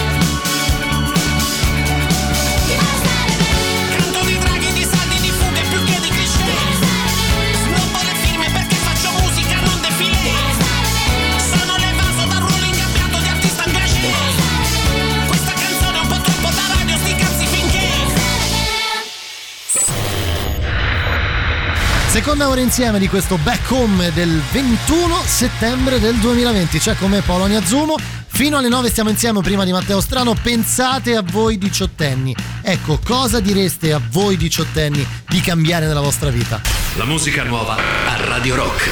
ti fa stare bene. Canto di draghi, di saldi, di fughe più che di cliché. Snobbo le firme perché faccio musica, non defilé. Sono l'evaso dal ruolo ingabbiato di artista engagé. Questa canzone è un po' troppo da radio, sti cazzi finché. Seconda ora insieme di questo Back Home del 21 settembre del 2020. C'è con me Polonia Zumo. Fino alle 9 stiamo insieme prima di Matteo Strano. Pensate a voi diciottenni. Ecco, cosa direste a voi diciottenni di cambiare nella vostra vita? La musica nuova a Radio Rock.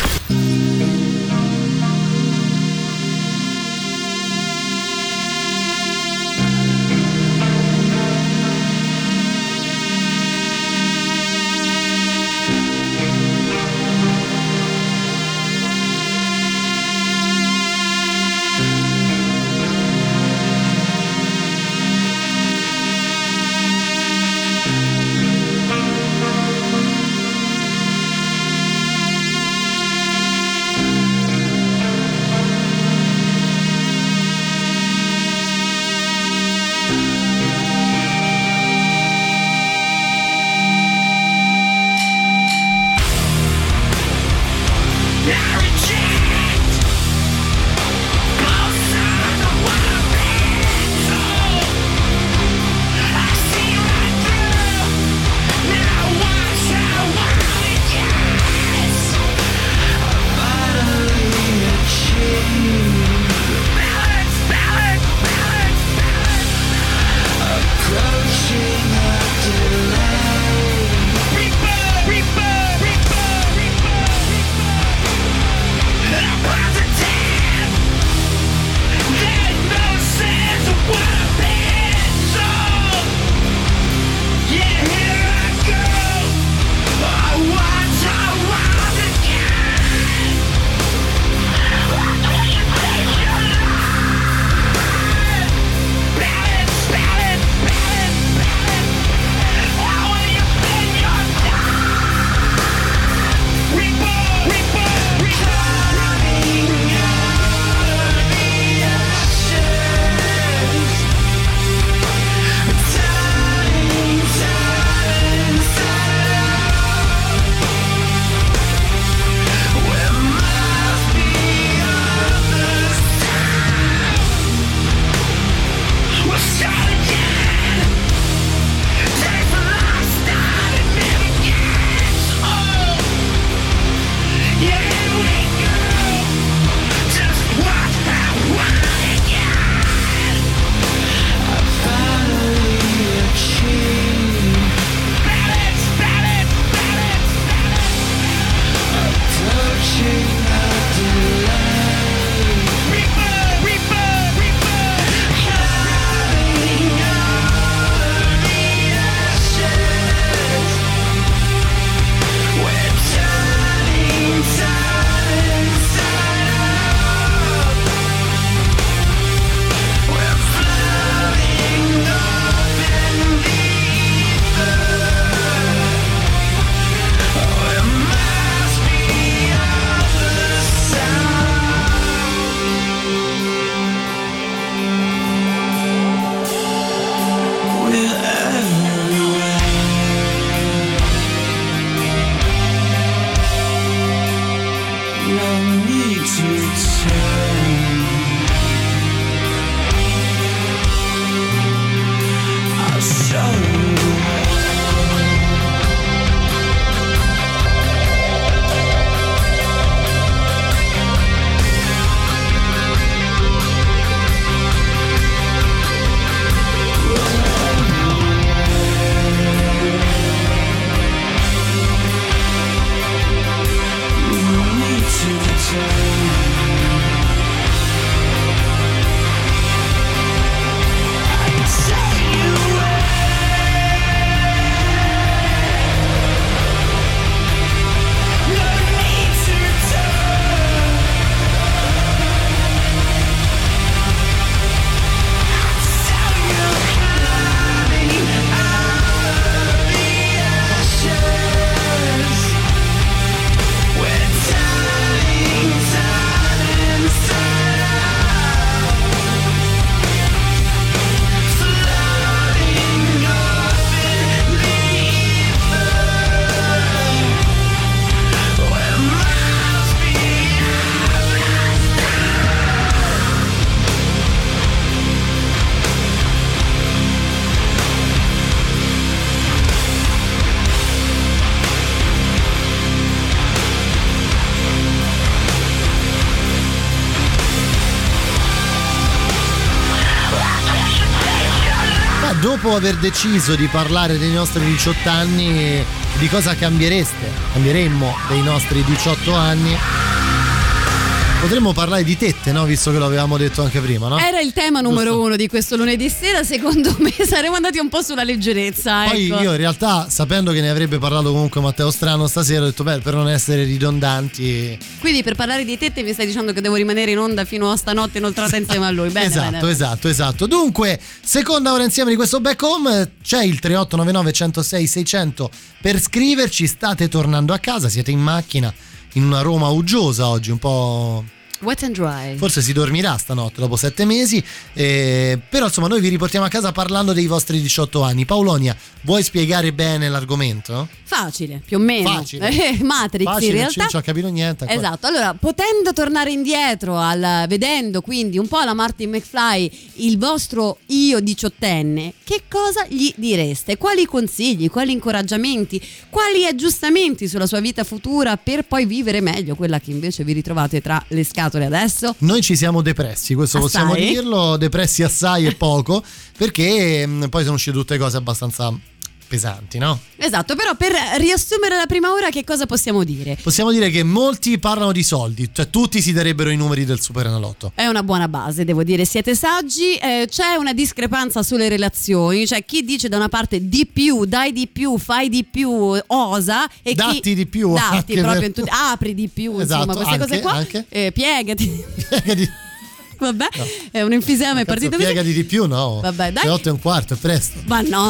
dopo aver deciso di parlare dei nostri 18 anni, di cosa cambieremmo dei nostri 18 anni? Potremmo parlare di tette, no? Visto che lo avevamo detto anche prima, no? Era il tema numero 1 di questo lunedì sera. Secondo me saremmo andati un po' sulla leggerezza. Poi ecco. io in realtà, sapendo che ne avrebbe parlato comunque Matteo Strano stasera, ho detto per non essere ridondanti. Quindi per parlare di tette mi stai dicendo che devo rimanere in onda fino a stanotte inoltrata insieme a lui. Bene, Esatto. Dunque, seconda ora insieme di questo Back Home. C'è il 3899 106 600 per scriverci. State tornando a casa, siete in macchina in una Roma uggiosa oggi, un po' wet and dry. Forse si dormirà stanotte dopo 7 mesi, però insomma noi vi riportiamo a casa parlando dei vostri 18 anni. Paolonia, vuoi spiegare bene l'argomento? Facile, più o meno. Facile. Matrix Facile, in realtà. non ci ho capito niente. Esatto, allora potendo tornare indietro, vedendo quindi un po' alla Marty McFly il vostro io 18enne, che cosa gli direste? Quali consigli, quali incoraggiamenti, quali aggiustamenti sulla sua vita futura per poi vivere meglio quella che invece vi ritrovate tra le scatole adesso? Noi ci siamo depressi, questo assai. Possiamo dirlo, depressi assai e poco, perché poi sono uscite tutte cose abbastanza pesanti, no? Esatto, però per riassumere la prima ora che cosa possiamo dire? Possiamo dire che molti parlano di soldi, cioè tutti si darebbero i numeri del Superenalotto. È una buona base, devo dire, siete saggi. C'è una discrepanza sulle relazioni, cioè chi dice da una parte di più, dai di più, fai di più, osa, e datti chi di più, datti proprio apri di più, esatto, insomma, queste cose qua. Piegati. Vabbè, no. È un enfisema, è partito così. Piegati di più, no. Vabbè, dai. Le 8:15, è presto. Ma no.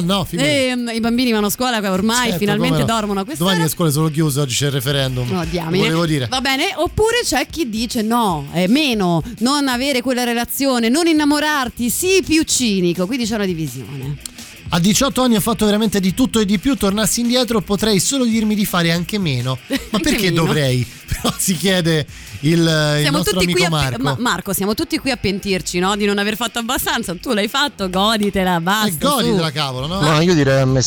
I bambini vanno a scuola ormai, certo, finalmente dormono a quest'ora. Domani le scuole sono chiuse, oggi c'è il referendum. No, diamine. Volevo dire. Va bene, oppure c'è chi dice no, è meno, non avere quella relazione, non innamorarti, sì, più cinico, quindi c'è una divisione. A 18 anni ho fatto veramente di tutto e di più, tornassi indietro potrei solo dirmi di fare anche meno. Ma perché dovrei? Però si chiede il nostro amico Marco. Marco, siamo tutti qui a pentirci, no? Di non aver fatto abbastanza. Tu l'hai fatto, goditela, basta. Goditela, cavolo, no? No, io direi a me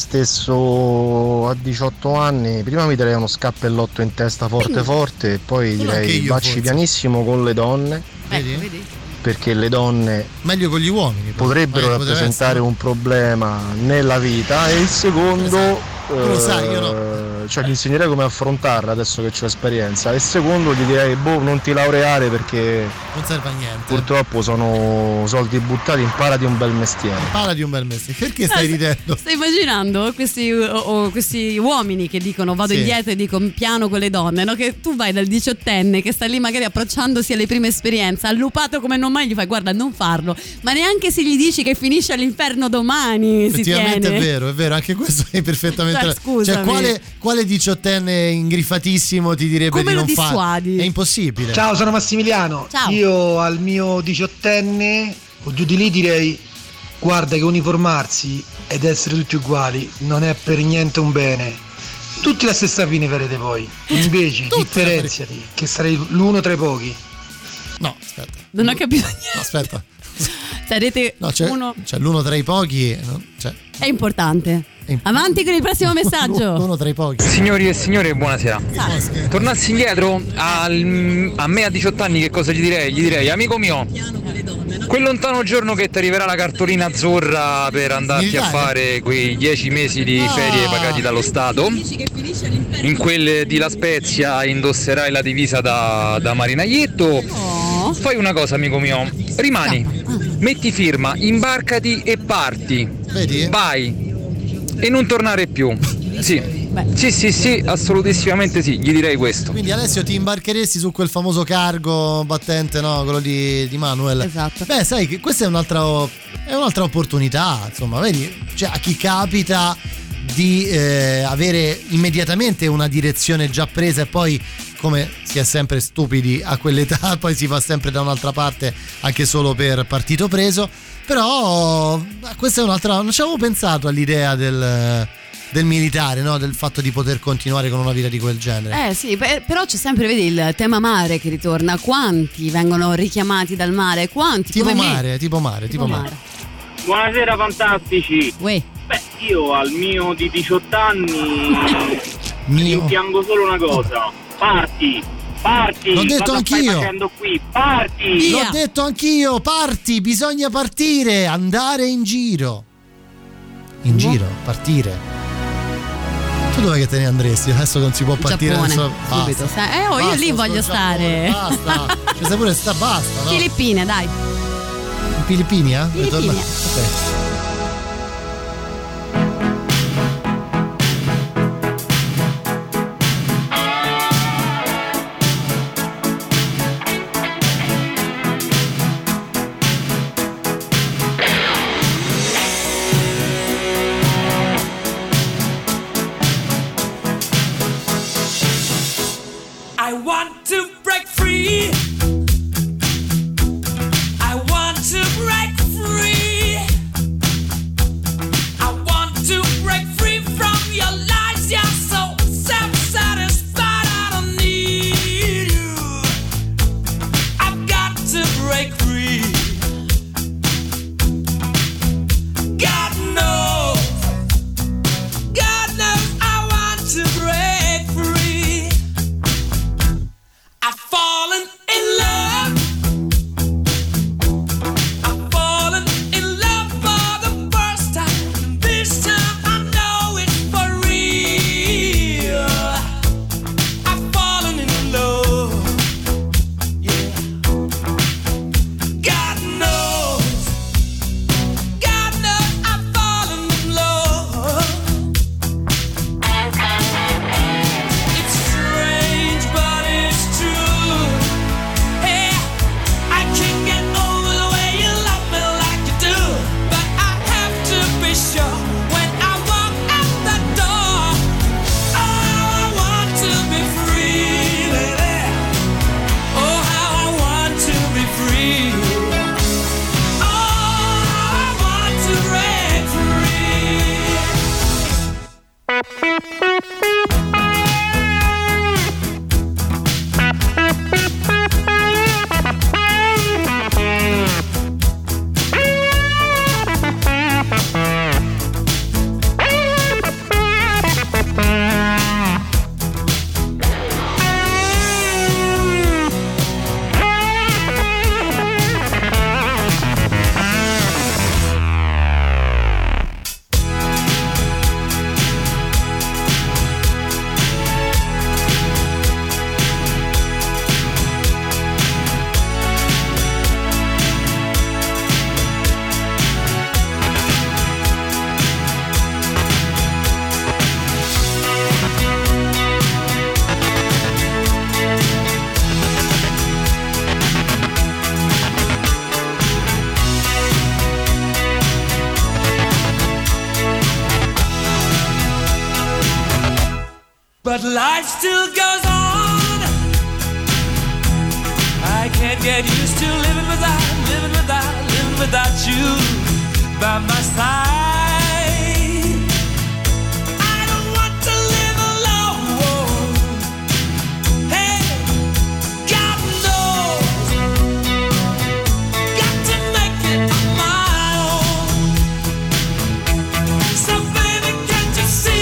stesso a 18 anni, prima mi darei uno scappellotto in testa forte e poi direi baci pianissimo con le donne. Vedi? Perché le donne meglio con gli uomini potrebbero rappresentare un problema nella vita. E il secondo lo sai, io no. Cioè gli insegnerei come affrontarla adesso che ho esperienza. E il secondo gli direi non ti laureare perché non serve a niente, purtroppo sono soldi buttati, imparati un bel mestiere. Perché stai ridendo? Stai immaginando questi uomini che dicono vado indietro e dico piano con le donne, no? Che tu vai dal 18enne che sta lì magari approcciandosi alle prime esperienze, allupato come non mai, gli fai guarda non farlo, ma neanche se gli dici che finisce all'inferno domani si tiene. Effettivamente è vero, anche questo è perfettamente. Cioè quale 18enne ingrifatissimo ti direbbe come di non fare? È impossibile. Ciao, sono Massimiliano. Ciao. Io al mio 18enne o giù di lì direi guarda che uniformarsi ed essere tutti uguali non è per niente un bene. Tutti la stessa fine farete poi. Invece differenziati, che sarei l'uno tra i pochi. No, aspetta. Non ho capito niente. No, aspetta. Sarete uno. Cioè l'uno tra i pochi, cioè. È importante. Avanti con il prossimo messaggio. Uno tra i pochi. Signori e signore, buonasera. Tornassi indietro a me a 18 anni, che cosa gli direi? Gli direi, amico mio, quel lontano giorno che ti arriverà la cartolina azzurra per andarti a fare quei 10 mesi di ferie pagati dallo Stato, in quelle di La Spezia indosserai la divisa da marinaietto. Fai una cosa, amico mio, rimani, metti firma, imbarcati e parti. Vedi? Vai e non tornare più. Sì, assolutissimamente sì, gli direi questo. Quindi Alessio, ti imbarcheresti su quel famoso cargo battente, no? Quello di Manuel. Esatto. Beh, sai che questa è un'altra opportunità, insomma, vedi? Cioè a chi capita di avere immediatamente una direzione già presa e poi, come si è sempre stupidi a quell'età, poi si va sempre da un'altra parte anche solo per partito preso. Però questa è un'altra, non ci avevo pensato all'idea del militare, no? Del fatto di poter continuare con una vita di quel genere. Sì, però c'è sempre, vedi, il tema mare che ritorna. Quanti vengono richiamati dal mare? Quanti? Tipo mare. Buonasera fantastici. Uè. Beh, io al mio di 18 anni rimpiango solo una cosa. Parti. L'ho detto anch'io. Qui? Parti. L'ho detto anch'io. Parti. Bisogna partire. Andare in giro. in giro, partire. Tu dove che te ne andresti? Adesso non si può partire. Giappone, subito. Basta, io lì voglio stare. Basta. Ci sei pure basta, no? Filippine, dai. Filippini, eh? Filippine. Ok. But life still goes on. I can't get used to living without you by my side. I don't want to live alone. Hey, God knows, got to make it on my own. So baby, can't you see?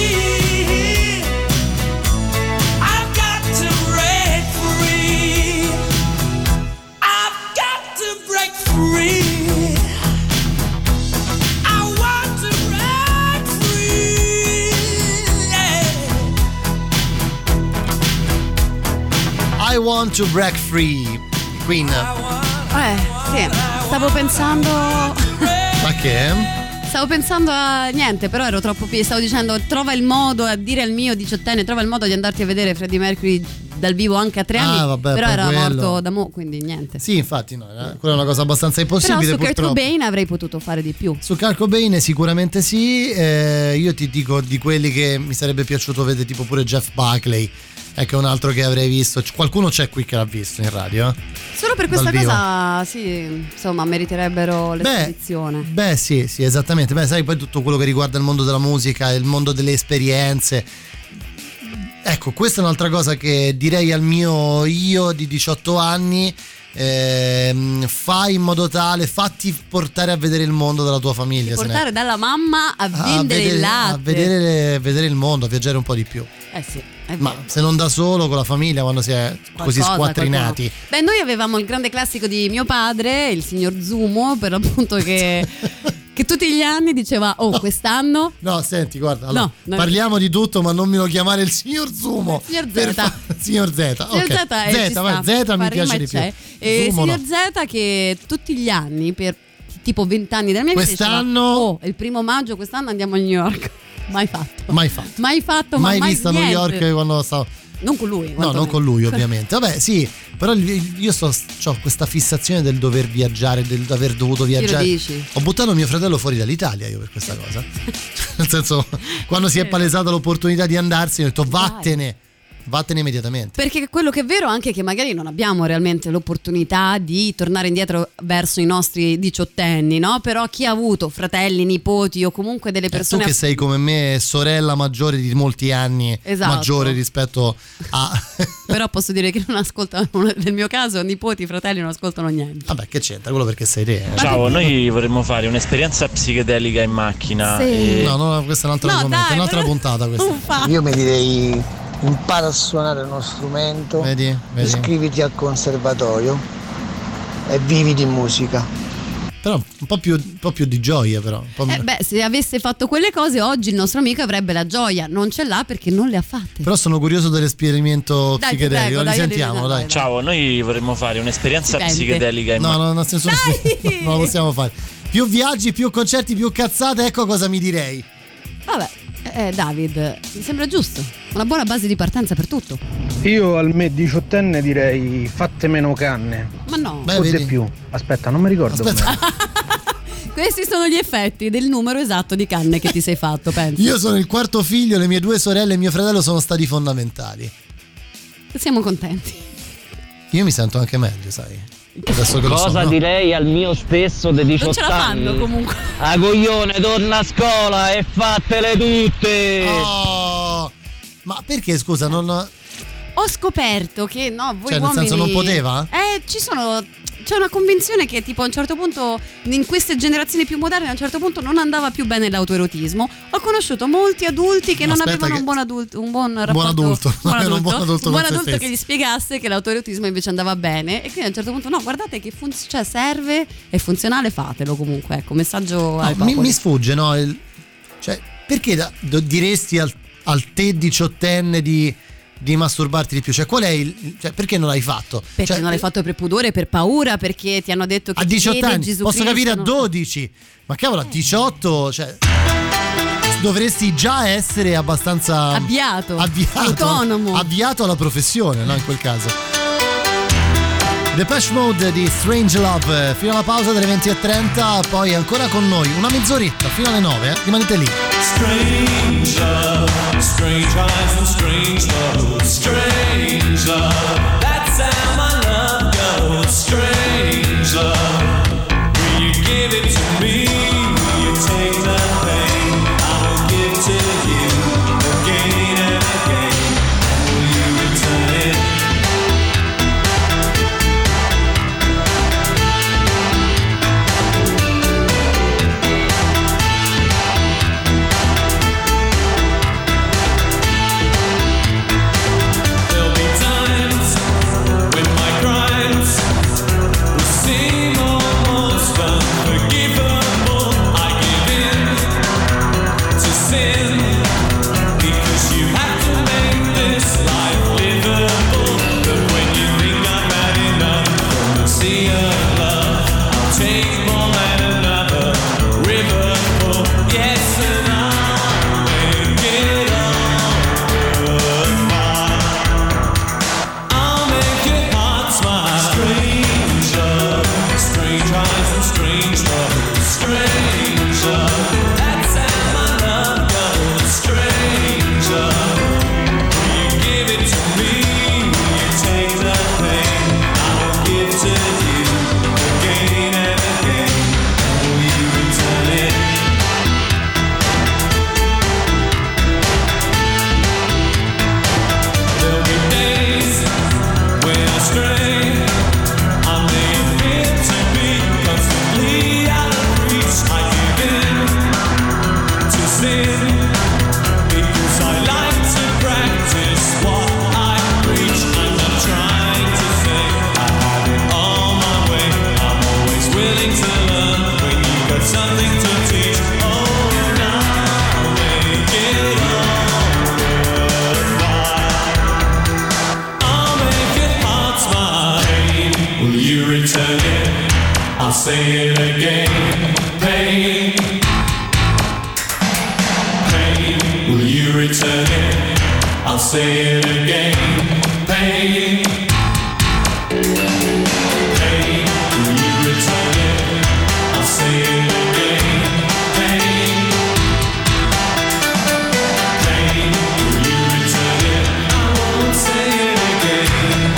I want to break free. Queen. Sì, stavo pensando. Ma che? Stavo pensando a niente, però ero troppo stavo dicendo trova il modo a dire al mio 18enne, trova il modo di andarti a vedere Freddie Mercury dal vivo anche a 3 anni, vabbè, però era quello morto da mo', quindi niente. Sì, infatti no, quella è una cosa abbastanza impossibile. Però su purtroppo. Kurt Cobain avrei potuto fare di più. Su Kurt Cobain sicuramente sì. Io ti dico di quelli che mi sarebbe piaciuto vedere, tipo pure Jeff Buckley. Ecco, un altro che avrei visto. Qualcuno c'è qui che l'ha visto in radio? Solo per questa cosa, sì, insomma, meriterebbero l'esposizione. Beh, sì, esattamente. Beh, sai, poi tutto quello che riguarda il mondo della musica, il mondo delle esperienze. Ecco, questa è un'altra cosa che direi al mio io di 18 anni. Fai in modo tale, fatti portare a vedere il mondo dalla tua famiglia. Portare dalla mamma a vendere il latte. A vedere il mondo, a viaggiare un po' di più. Sì. Ma se non da solo, con la famiglia, quando si è così squattrinati. Beh, noi avevamo il grande classico di mio padre, il signor Zumo, per appunto che che tutti gli anni diceva quest'anno no senti guarda allora, parliamo di tutto ma non me lo chiamare il signor Zumo, signor Z. Signor Z, ok. Z mi piace di più. Signor Z che tutti gli anni per tipo 20 anni della mia vita quest'anno il 1 maggio quest'anno andiamo a New York. Mai fatto, mai vista niente. New York quando stavo. Non con lui. No, non con lui ovviamente. Vabbè sì, però io ho questa fissazione del dover viaggiare, del aver dovuto viaggiare. Lo dici? Ho buttato mio fratello fuori dall'Italia io per questa cosa. Nel senso, quando si è palesata l'opportunità di andarsene, ho detto vattene immediatamente. Perché quello che è vero anche è che magari non abbiamo realmente l'opportunità di tornare indietro verso i nostri diciottenni, no? Però chi ha avuto fratelli, nipoti o comunque delle persone tu che sei come me sorella maggiore di molti anni, maggiore rispetto a però posso dire che non ascoltano, nel mio caso nipoti, fratelli non ascoltano niente. Vabbè, che c'entra, quello perché sei te. Ciao, noi vorremmo fare un'esperienza psichedelica in macchina. Sì. No, questa è un altro argomento, un'altra puntata questa. Io mi direi impara a suonare uno strumento, vedi. iscriviti al conservatorio e vivi di musica. Però un po' più di gioia però. Se avesse fatto quelle cose oggi il nostro amico avrebbe la gioia, non ce l'ha perché non le ha fatte. Però sono curioso dell'esperimento psichedelico, li sentiamo, dai. Ciao, noi vorremmo fare un'esperienza psichedelica in no, nel senso non lo possiamo fare. Più viaggi, più concerti, più cazzate, ecco cosa mi direi. Vabbè. David, mi sembra giusto, una buona base di partenza per tutto. Io al me diciottenne direi fatte meno canne. Ma no. Forse più. Aspetta, non mi ricordo. Questi sono gli effetti del numero esatto di canne che ti sei fatto, penso. Io sono il quarto figlio, le mie 2 sorelle e mio fratello sono stati fondamentali. Siamo contenti. Io mi sento anche meglio, sai. Cosa direi al mio stesso dei 18 non ce la fanno, anni? Comunque. A coglione, torna a scuola e fattele tutte. Oh, ma perché scusa non ho scoperto che voi cioè, uomini, nel senso non poteva? C'è una convinzione che tipo a un certo punto in queste generazioni più moderne a un certo punto non andava più bene l'autoerotismo. Ho conosciuto molti adulti che non avevano un buon rapporto, un buon adulto che gli spiegasse che l'autoerotismo invece andava bene e quindi a un certo punto no, guardate che serve, è funzionale, fatelo comunque, ecco, messaggio ai popoli. Mi sfugge, no? Cioè, perché diresti al te diciottenne di masturbarti di più? Cioè qual è perché non l'hai fatto? Perché non l'hai fatto per pudore, per paura, perché ti hanno detto che a 18 anni Gesù posso Cristo, capire a 12 ma cavolo a 18 dovresti già essere abbastanza avviato, autonomo, avviato alla professione, no, in quel caso. Depeche Mode di Strange Love fino alla pausa delle 20:30, poi ancora con noi una mezz'oretta fino alle 9, rimanete lì. Strange love, strange eyes and strange love, strange love, that's how my love goes. Strange love, will you give it to me? Will you take the pain? I will give to you again and again. Will you return it? return it? I'll say it again. Pain, pain, will you return it? I'll say it again. Pain, pain, will you return it? I'll say it again. Pain, pain, will you return it? I won't say it again.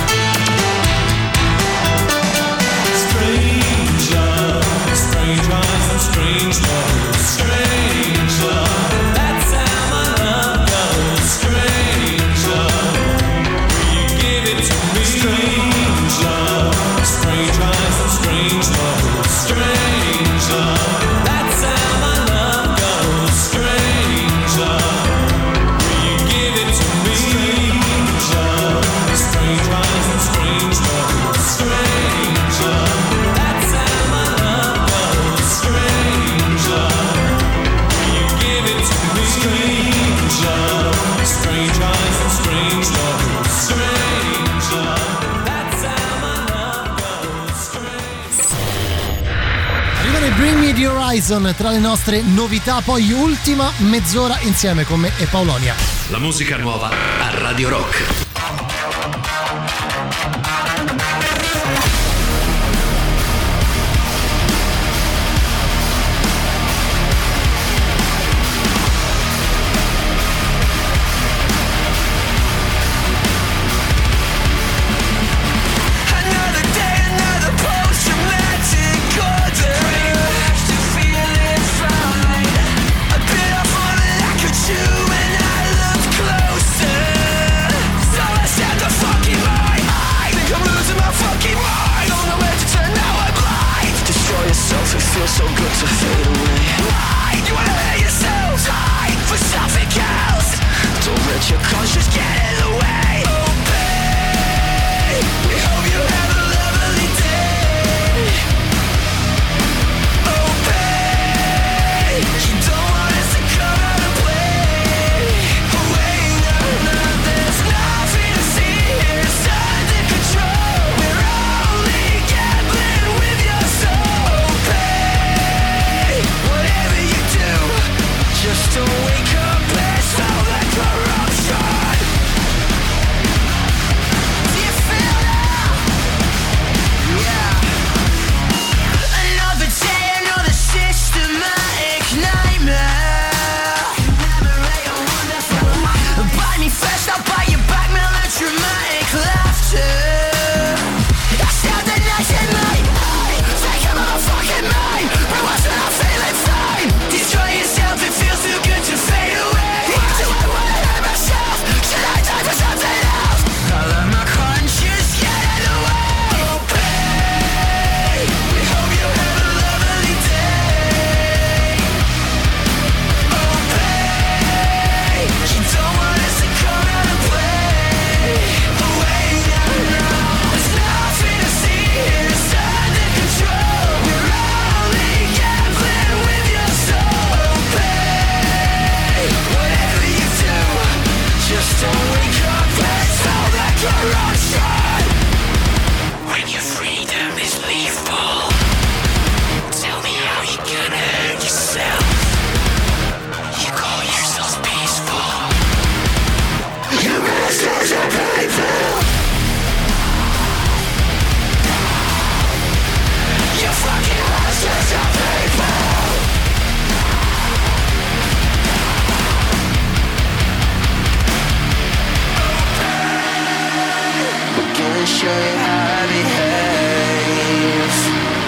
Strange love, strange eyes and strange love, strange love. That's how my love goes. Strange love, will you give it to me? Strange love, strange eyes and strange love, strange love. That's how my love goes. Strange love, will you give it to me? Strange love, strange eyes and strange love, strange love. That's how my love goes. Strange love, will you give it to me? Strange love, strange eyes and strange love, strange love. That's how my love goes. Arrivano i Bring Me the Horizon tra le nostre novità, poi ultima mezz'ora insieme con me e Paolonia. La musica nuova a Radio Rock. Another day, another post-traumatic order. Still feeling fine. A bit off on the lack of you when I look closer. So I said the fucking lie. I think I'm losing my fucking mind. Don't know where to turn, now I'm blind. Destroy yourself, it feels so good to fade away. Why do you wanna hurt yourself? Die for something else. Don't let your conscience get in the way. Oh, babe, we hope you have a lovely day. Oh, babe, you don't want us to come out and play. Oh, wait, no, there's nothing to see here. It's under control. We're only gambling with your soul. Oh, babe, whatever you do, just don't wake up and smell that corruption. Do you feel that? Yeah. Another day, another systematic nightmare. Bite me first, I'll bite you back, melodramatic laughter. I sound the night and night. Take a motherfucking mind. But what's when I'm feeling fine? Destroy yourself, it feels too good to fade away. Do I wanna hurt myself? Should I die for something else? I let my conscience get in the way. Oh, babe, we hope you have a lovely day. Oh, babe, you don't want us to come out and play. Oh, wait, no, there's nothing to see here. It's under control. We're only gambling with your soul. Oh, babe, whatever you do, just don't wake up and smell that corruption. When your freedom is lethal, tell me how you gonna hurt yourself. You call yourselves peaceful. You masters are people. You fucking masters of people. We're gonna show you how to behave.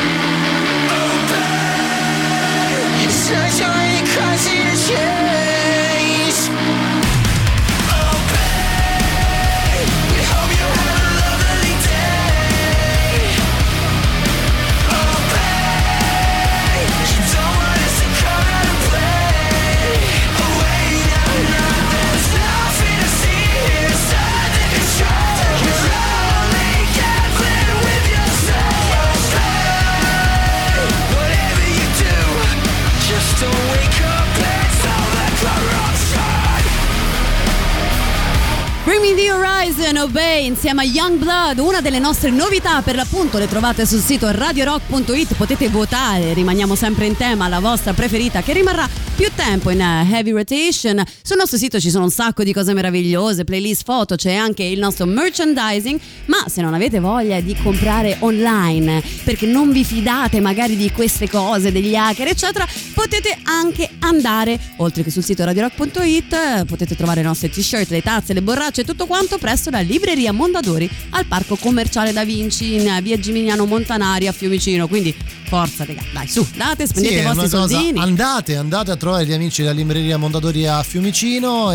Search on your constant change. Oh, babe, we hope you have a lovely day. Oh, babe, you don't want us to come out and play. Oh, wait, no, there's nothing to see here. It's under control. You're only gambling with yourself. Oh, babe, whatever you do, just don't wake up and smell that corruption. Bring Me the Horizon Mission Obey insieme a Youngblood, una delle nostre novità, per l'appunto le trovate sul sito radiorock.it, potete votare, rimaniamo sempre in tema, la vostra preferita che rimarrà più tempo in heavy rotation. Sul nostro sito ci sono un sacco di cose meravigliose, playlist, foto, c'è anche il nostro merchandising, ma se non avete voglia di comprare online perché non vi fidate magari di queste cose, degli hacker eccetera, potete anche andare, oltre che sul sito radiorock.it, potete trovare le nostre t-shirt, le tazze, le borracce e tutto quanto presso la libreria Mondadori al Parco Commerciale Da Vinci in via Gimignano Montanari a Fiumicino. Quindi forza, raga, dai, su, date, spendete i vostri soldini. Andate a trovare gli amici della libreria Mondadori a Fiumicino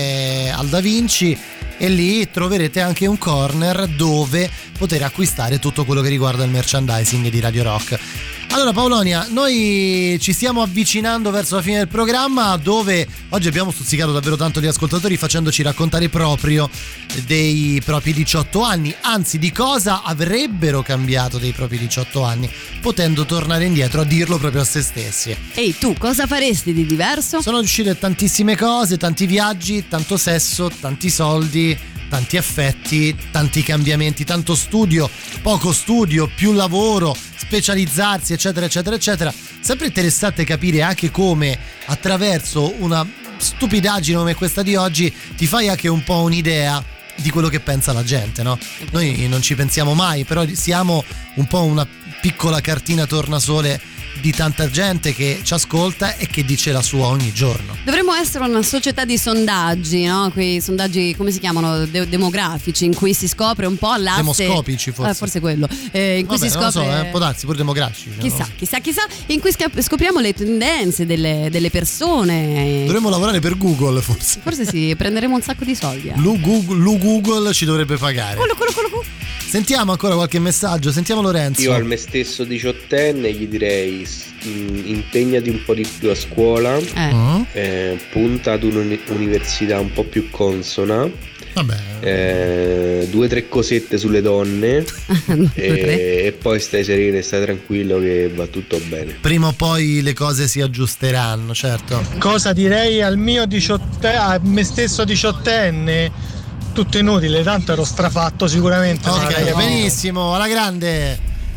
e al Da Vinci, e lì troverete anche un corner dove poter acquistare tutto quello che riguarda il merchandising di Radio Rock. Allora Paolonia, noi ci stiamo avvicinando verso la fine del programma, dove oggi abbiamo stuzzicato davvero tanto gli ascoltatori facendoci raccontare proprio dei propri 18 anni, anzi di cosa avrebbero cambiato dei propri 18 anni, potendo tornare indietro a dirlo proprio a se stessi. Ehi, tu cosa faresti di diverso? Sono uscite tantissime cose, tanti viaggi, tanto sesso, tanti soldi, tanti affetti, tanti cambiamenti, tanto studio, poco studio, più lavoro, specializzarsi, eccetera eccetera eccetera. Sempre interessante capire anche come attraverso una stupidaggine come questa di oggi ti fai anche un po' un'idea di quello che pensa la gente, no? Noi non ci pensiamo mai, però siamo un po' una piccola cartina tornasole di tanta gente che ci ascolta e che dice la sua ogni giorno. Dovremmo essere una società di sondaggi, no? Quei sondaggi, come si chiamano? Demografici, in cui si scopre un po' l'asse. Demoscopici forse. Forse quello. In cui si scopre. Non lo so, può darsi, pure demografici. Chissà. In cui scopriamo le tendenze delle persone. Dovremmo lavorare per Google forse. Forse sì, prenderemo un sacco di soldi. Google ci dovrebbe pagare. Quello. Sentiamo ancora qualche messaggio, sentiamo Lorenzo. Io al me stesso 18enne gli direi impegnati un po' di più a scuola, punta ad un'università un po' più consona, 2 o 3 cosette sulle donne e poi stai sereno e stai tranquillo che va tutto bene. Prima o poi le cose si aggiusteranno, certo. Cosa direi al mio a me stesso 18enne? Tutto inutile, tanto ero strafatto sicuramente. Ok, benissimo, alla grande.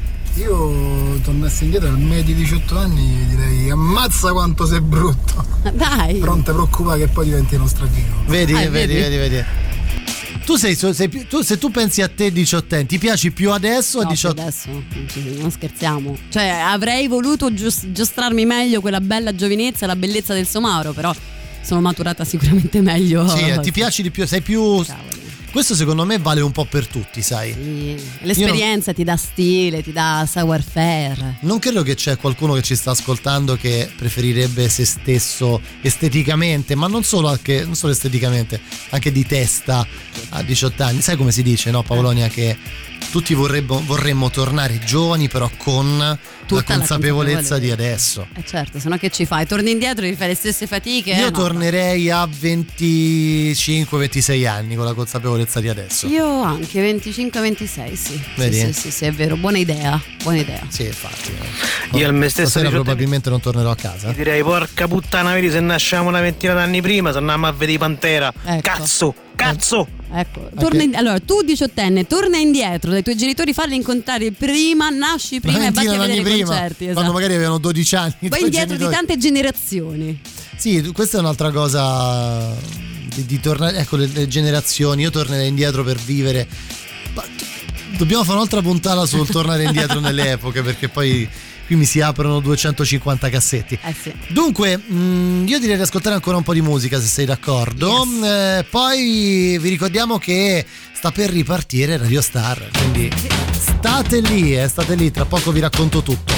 Io tornassi indietro al me di 18 anni direi ammazza quanto sei brutto. Dai. Pronto a preoccupare che poi diventi uno strafico. Vedi. Tu se tu pensi a te 18 anni, ti piaci più adesso o 18? Adesso non scherziamo. Cioè avrei voluto giostrarmi meglio quella bella giovinezza, la bellezza del somaro, però sono maturata sicuramente meglio. Sì, ti piaci di più, sei più. Cavoli. Questo secondo me vale un po' per tutti, sai? Sì. L'esperienza ti dà stile, ti dà savoir-faire. Non credo che c'è qualcuno che ci sta ascoltando che preferirebbe se stesso esteticamente, ma non solo esteticamente, anche di testa a 18 anni. Sai come si dice, no, Paolonia, che tutti vorremmo tornare giovani, però con tutta la consapevolezza di adesso. Certo, sennò che ci fai? Torni indietro e fai le stesse fatiche? Io tornerei a 25-26 anni con la consapevolezza di adesso. Io anche 25-26, sì. Vedi? Sì, è vero, buona idea. Sì, infatti. Io al me stesso stasera probabilmente non tornerò a casa. Direi porca puttana, vedi, se nasciamo una ventina d'anni prima, se andiamo a vedere Pantera. Ecco. Cazzo! Ecco, allora tu 18enne, torna indietro dai tuoi genitori, falli incontrare prima, nasci prima e vatti a vedere i concerti. Quando magari avevano 12 anni. Vai indietro di tante generazioni. Sì, questa è un'altra cosa di tornare, ecco, le generazioni. Io tornerei indietro per vivere. Dobbiamo fare un'altra puntata sul tornare indietro nelle epoche, perché poi qui mi si aprono 250 cassetti. Sì. Dunque, io direi di ascoltare ancora un po' di musica, se sei d'accordo. Yes. Poi vi ricordiamo che sta per ripartire Radio Star, quindi state lì, tra poco vi racconto tutto.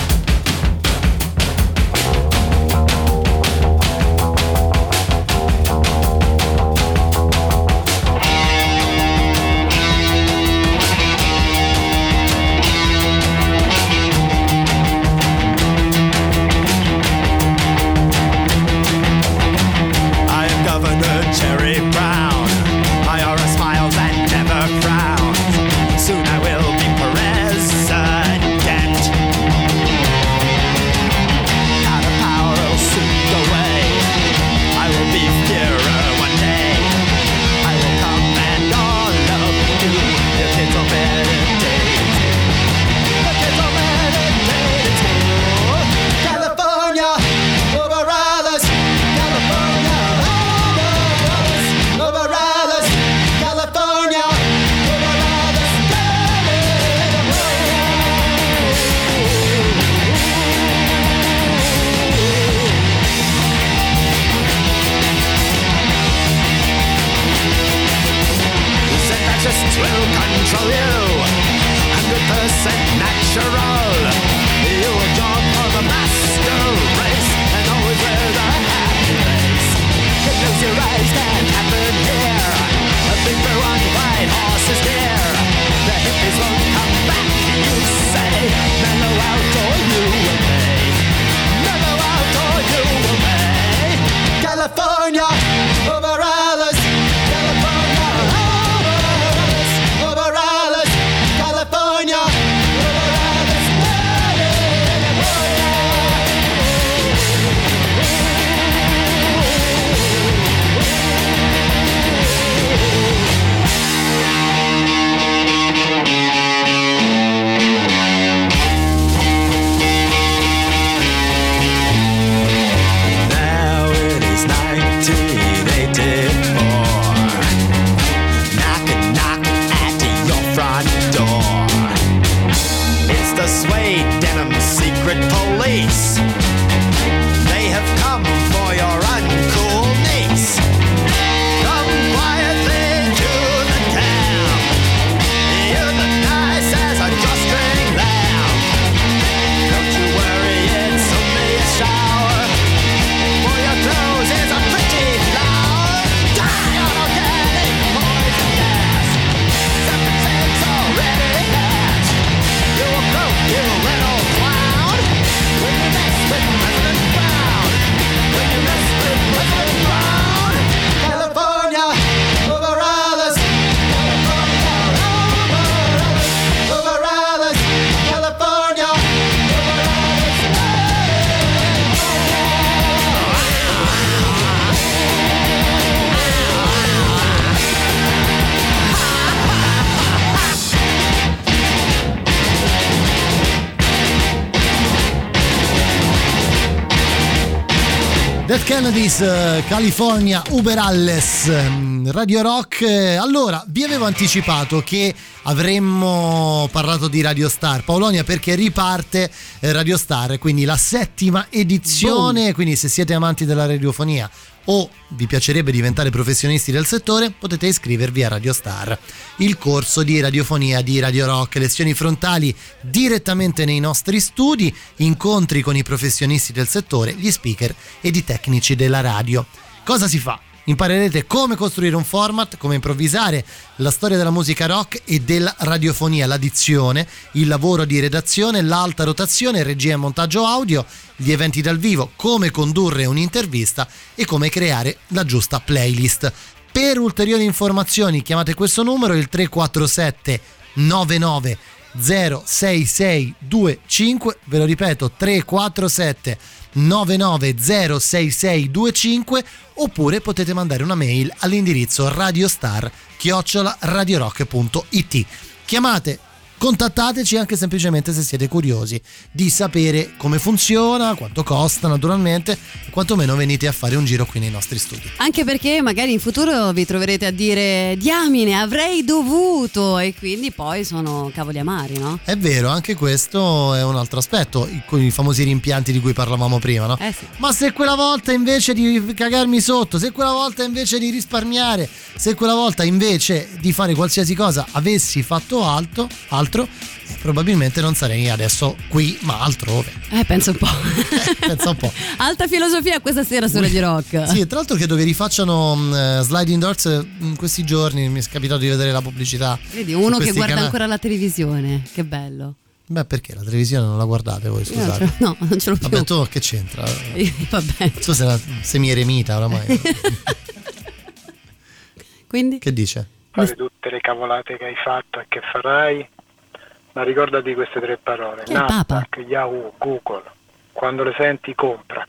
Soon I will be president. natural. You were born for the master race and always wear the happy face. You close your eyes, that happened here. A big blue and white horse is near. The hippies won't come back, you say. Mellow out or you will pay. Mellow out or you will pay. California, over Alice. California, over Alice. Over Alice. California, over Alice. Now it is 1984. Knocking, knocking at your front door. It's the suede denim secret police. They have come for your uncool niece. Come quietly to the town. You look nice as a drawstring lamb. Don't you worry, it's only a shower. For your clothes is a pretty flower. Die on organic poison gas. 7 cents already hatched. You a broke, you little clown. When you mess with President Brown. When you mess with President Brown. California, over Alice. California, over Alice. Over Alice. California, over Dead Kennedys, California, Uber Alles, Radio Rock. Allora, vi avevo anticipato che avremmo parlato di Radio Star, Paolonia, perché riparte Radio Star, quindi la 7ª edizione. Boom. Quindi se siete amanti della radiofonia o vi piacerebbe diventare professionisti del settore, potete iscrivervi a Radio Star, il corso di radiofonia di Radio Rock. Lezioni frontali direttamente nei nostri studi, incontri con i professionisti del settore, gli speaker ed i tecnici della radio. Cosa si fa? Imparerete come costruire un format, come improvvisare, la storia della musica rock e della radiofonia, l'addizione, il lavoro di redazione, l'alta rotazione, regia e montaggio audio, gli eventi dal vivo, come condurre un'intervista e come creare la giusta playlist. Per ulteriori informazioni chiamate questo numero, il 347 99 06625, ve lo ripeto, 347 99066625, oppure potete mandare una mail all'indirizzo radiostar@radiorock.it. Chiamate, contattateci anche semplicemente se siete curiosi di sapere come funziona, quanto costa naturalmente, e quantomeno venite a fare un giro qui nei nostri studi. Anche perché magari in futuro vi troverete a dire diamine, avrei dovuto, e quindi poi sono cavoli amari, no? È vero, anche questo è un altro aspetto, con i famosi rimpianti di cui parlavamo prima, no? Sì. Ma se quella volta invece di cagarmi sotto, se quella volta invece di risparmiare, se quella volta invece di fare qualsiasi cosa avessi fatto altro, probabilmente non sarei adesso qui ma altrove. Pensa un po'. Pensa un po'. Alta filosofia questa sera su Radio Rock. Sì, tra l'altro credo che rifacciano Sliding Doors in questi giorni, mi è capitato di vedere la pubblicità. Vedi, uno che guarda ancora la televisione, che bello. Beh, perché la televisione non la guardate voi, scusate? No, non ce l'ho più. Vabbè, tu che c'entra? Vabbè. Tu sei una semi-eremita oramai. Quindi? Che dice? Fare tutte le cavolate che hai fatto e che farai, ma ricordati queste 3 parole: Nasdaq, Yahoo, Google. Quando le senti, compra.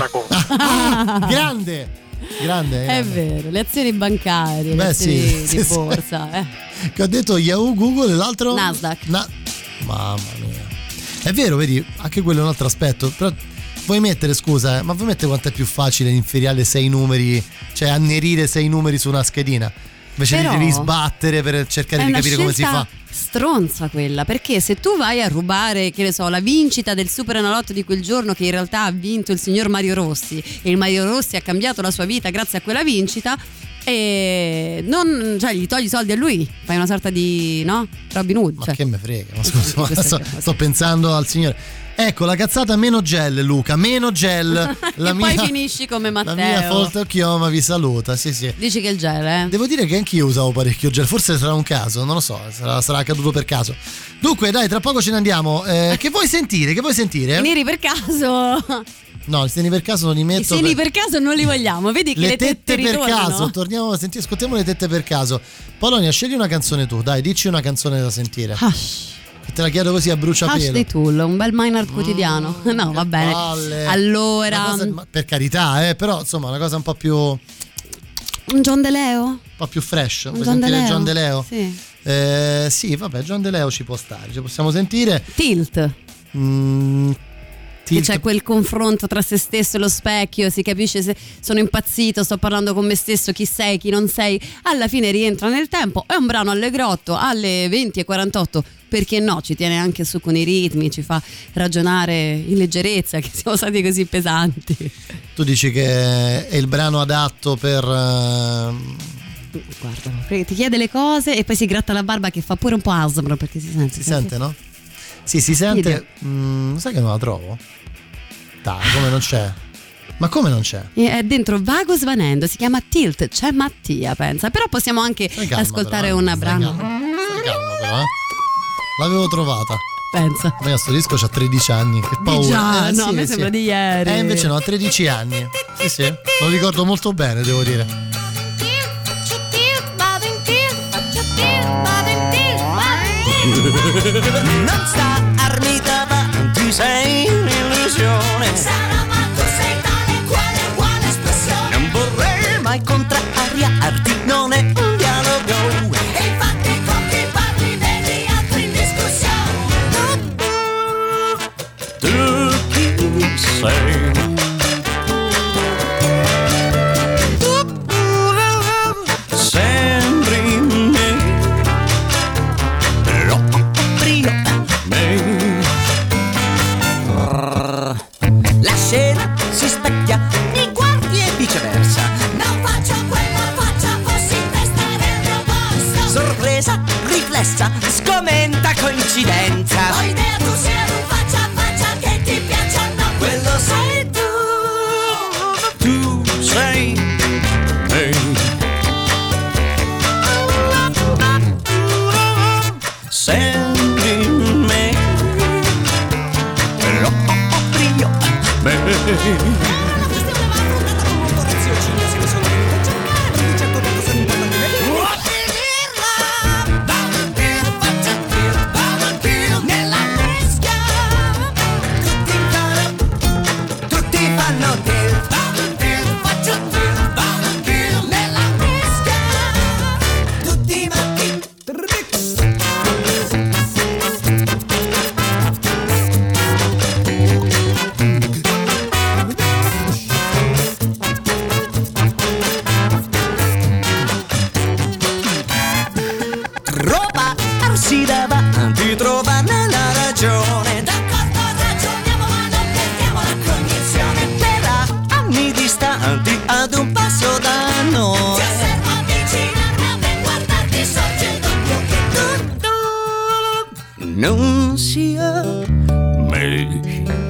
Grande. È vero, le azioni bancarie, le azioni di borsa. Che ho detto Yahoo, Google e l'altro? Nasdaq. Mamma mia. È vero, vedi, anche quello è un altro aspetto. Però vuoi mettere, scusa, ma vuoi mettere quanto è più facile inferiare 6 numeri, cioè annerire 6 numeri su una schedina? Invece però li devi sbattere per cercare di capire come si fa. Stronza quella, perché se tu vai a rubare, che ne so, la vincita del Superenalotto di quel giorno, che in realtà ha vinto il signor Mario Rossi, e il Mario Rossi ha cambiato la sua vita grazie a quella vincita, e non, cioè, gli togli i soldi a lui, fai una sorta di, no? Robin Hood. Ma cioè. che me frega, ma scusa, sto pensando al signore. Ecco, la cazzata meno gel, Luca, meno gel. E poi finisci come Matteo. La mia foltocchioma vi saluta, sì. Dici che il gel, eh? Devo dire che anch'io usavo parecchio gel, forse sarà un caso, non lo so, sarà accaduto per caso. Dunque, dai, tra poco ce ne andiamo. Che vuoi sentire? Neri per caso. No, i seni per caso non li metto. I seni per caso non li vogliamo, vedi che le tette per ritornano. caso, torniamo a sentire, ascoltiamo le tette per caso. Polonia, scegli una canzone tu, dai, dici una canzone da sentire. Te la chiedo così a bruciapelo. Hush dei Tool, un bel Maynard quotidiano. No, va bene. Palle. Allora, per carità, però insomma una cosa un po' più. Un John De Leo? Un po' più fresh. Un Vuoi John sentire De Leo? John De Leo? Sì. Sì, vabbè, John De Leo ci può stare, ci possiamo sentire. Tilt. Che c'è quel confronto tra se stesso e lo specchio, si capisce se sono impazzito, sto parlando con me stesso, chi sei, chi non sei. Alla fine rientra nel tempo, è un brano allegrotto alle 20:48, perché no, ci tiene anche su con i ritmi, ci fa ragionare in leggerezza, che siamo stati così pesanti. Tu dici che è il brano adatto per... Guarda, ti chiede le cose e poi si gratta la barba, che fa pure un po' ASMR, perché si sente. Si sente, no? Sì, si sente. Sai che non la trovo? Dai, come non c'è? Ma come non c'è? È dentro vago svanendo, si chiama Tilt, c'è Mattia, pensa. Però possiamo anche ascoltare una brano. Stai calma però, L'avevo trovata. Pensa. Ma sto disco c'ha 13 anni, che paura. Già, no, a me sembra di ieri. Invece no, ha 13 anni. Sì, lo ricordo molto bene, devo dire. Non starmi davanti, sei un'illusione. Sarà ma tu sei tale quale espressione. Non vorrei mai contrariarti, non è un dialogo. E infatti con chi parli degli altri in discussione. Tu chi sei? La scena si specchia, mi guardi e viceversa. Non faccio quella faccia, fossi in testa dentro borsa. Sorpresa, riflessa, scomenta coincidenza. Ho idea tu sia un faccia a faccia che ti piaccia o no. Quello sei tu. Tu sei me. Sembri me. Tutti fanno del faccio del nella mischia. Tutti matti. Trovarsi davanti, trovare la ragione. D'accordo, ragioniamo ma non perdiamo la cognizione. Per anni distanti, ad un passo da noi. Ti osservo avvicinarmi a me, guardarti sorge il dubbio che tutto non sia me.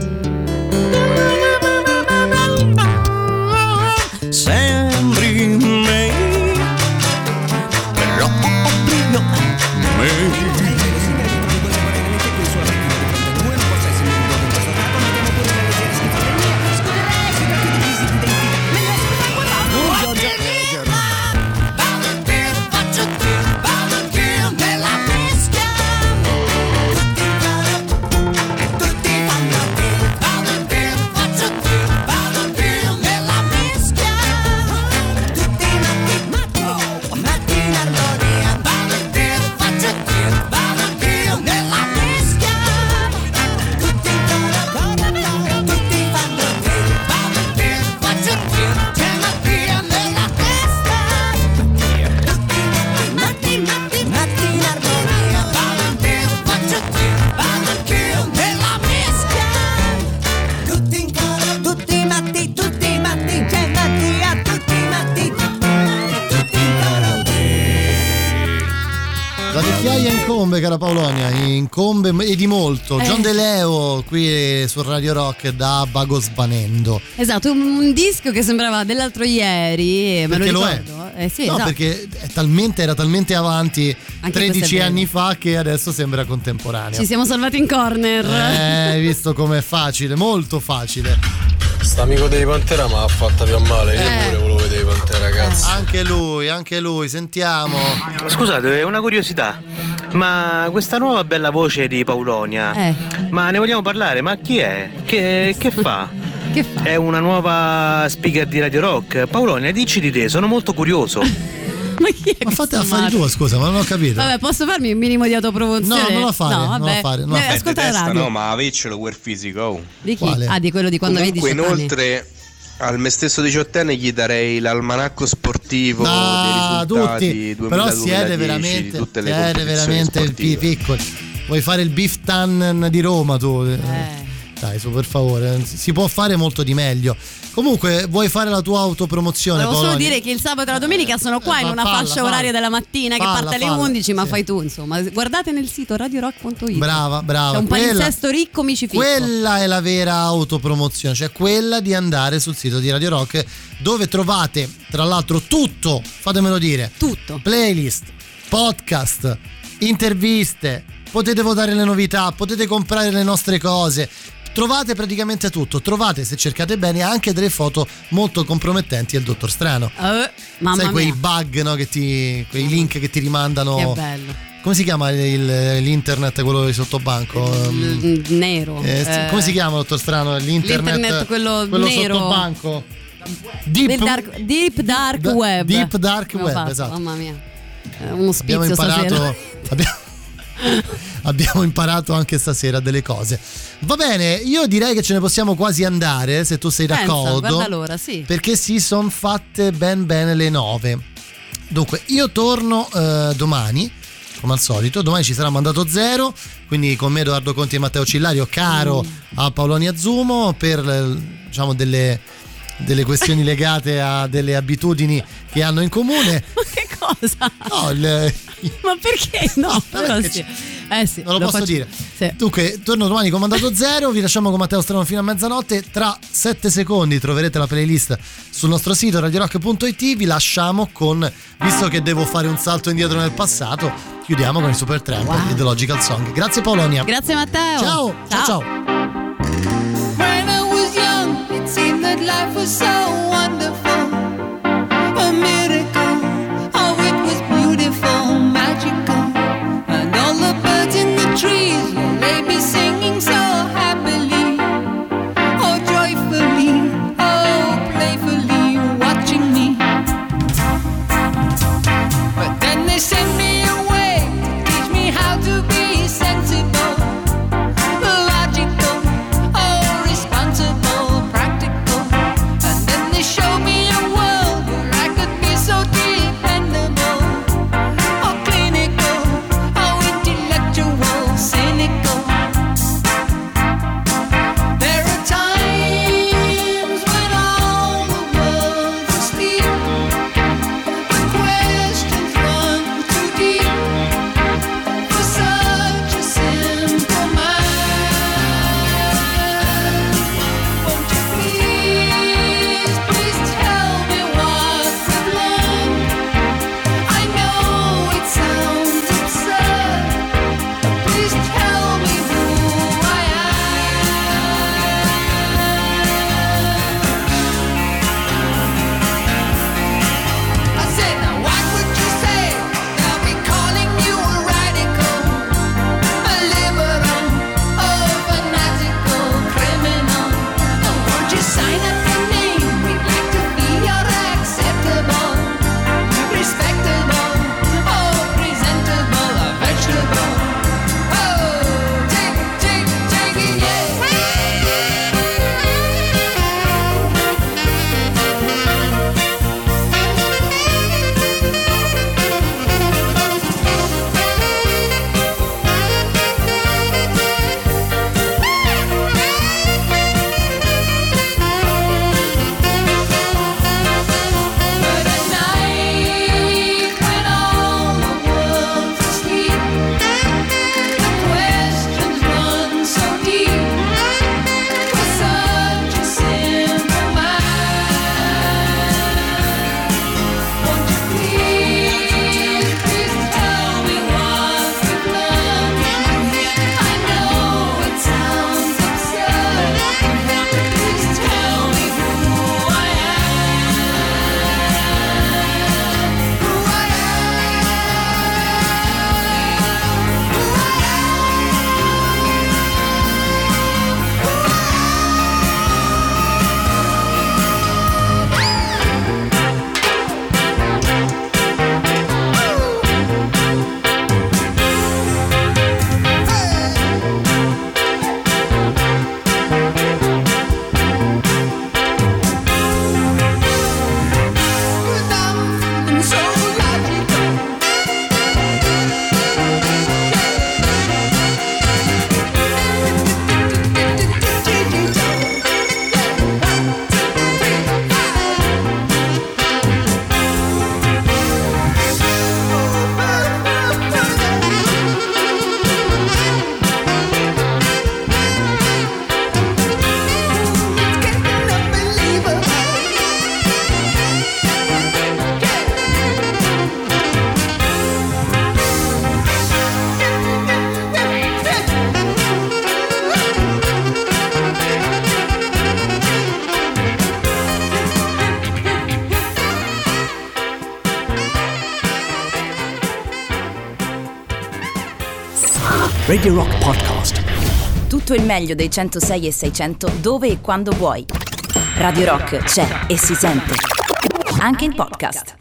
Sembri me, però brillo me. Tutti fanno incombe, cara Paolonia, incombe e di molto. John De Leo qui su Radio Rock da Bago Sbanendo. Esatto, un disco che sembrava dell'altro ieri, me perché lo ricordo. Sì, no, esatto. perché era talmente avanti anche 13 anni fa che adesso sembra contemporaneo. Ci siamo salvati in corner. Hai visto com'è facile, molto facile. St'amico dei Pantera mi ha fatta più male, io pure volevo vedere i Pantera, ragazzi. Anche lui, sentiamo. Scusate, una curiosità. Ma questa nuova bella voce di Paolonia, ma ne vogliamo parlare? Ma chi è? Che fa? Che fa? È una nuova speaker di Radio Rock. Paolonia, dici di te, sono molto curioso. Ma chi è? Ma fate affari tua, scusa, ma non ho capito. Vabbè, posso farmi un minimo di autopromozione? No, non lo fare. No, vabbè. Ascolta la radio. No, ma aveccelo quel fisico. Di chi? Quale? Di quello di quando avevi 18 anni. Inoltre al me stesso 18enne gli darei l'almanacco sportivo dei risultati tutti. Però siete veramente, di tutte le competizioni sportive. piccoli. Vuoi fare il beef tan di Roma tu? Dai, su, per favore, si può fare molto di meglio. Comunque, vuoi fare la tua autopromozione? Volevo solo dire che il sabato e la domenica sono qua in una fascia oraria della mattina che parte alle 11, ma fai tu, insomma. Guardate nel sito radiorock.it. Brava. C'è un palinsesto ricco, mi ci ficco. Quella è la vera autopromozione, cioè quella di andare sul sito di Radio Rock, dove trovate, tra l'altro, tutto, fatemelo dire. Tutto. Playlist, podcast, interviste, potete votare le novità, potete comprare le nostre cose. Trovate praticamente tutto. Trovate, se cercate bene, anche delle foto molto compromettenti del Dottor Strano. Mamma sai, quei mia. bug, no, quei link che ti rimandano. Che bello. Come si chiama l'internet, quello di sottobanco? Nero. Come si chiama, Dottor Strano? L'internet quello nero. Sottobanco. Deep dark web. Deep dark web, esatto. Mamma mia. Uno spizio stasera. Abbiamo imparato anche stasera delle cose. Va bene, io direi che ce ne possiamo quasi andare, se tu sei d'accordo. Guarda l'ora, sì. Perché si sono fatte ben bene le 9. Dunque, io torno domani, come al solito. Domani ci sarà Mandato Zero, quindi con me Edoardo Conti e Matteo Cillario, caro a Paolonia Zumo, per diciamo delle questioni legate a delle abitudini che hanno in comune. Ma che cosa? No, ma perché no? Però sì. Sì, non lo posso dire. Sì. Dunque, torno domani con Mandato Zero. Vi lasciamo con Matteo Strano fino a mezzanotte. Tra 7 secondi troverete la playlist sul nostro sito radiorock.it. Vi lasciamo con, visto che devo fare un salto indietro nel passato, chiudiamo con il Supertramp e The Logical Song. Grazie Paolonia. Grazie Matteo. Ciao. When I was young, it seemed that life was so wonderful, a miracle. Oh, it was beautiful, magical, and all the birds in the trees, they be singing so happily, oh joyfully, oh playfully, watching me. But then they sent me away to teach me how to be sensible, logical, oh responsible, practical, and then they showed Radio Rock Podcast. Tutto il meglio dei 106 e 600 dove e quando vuoi. Radio Rock c'è e si sente. Anche in podcast.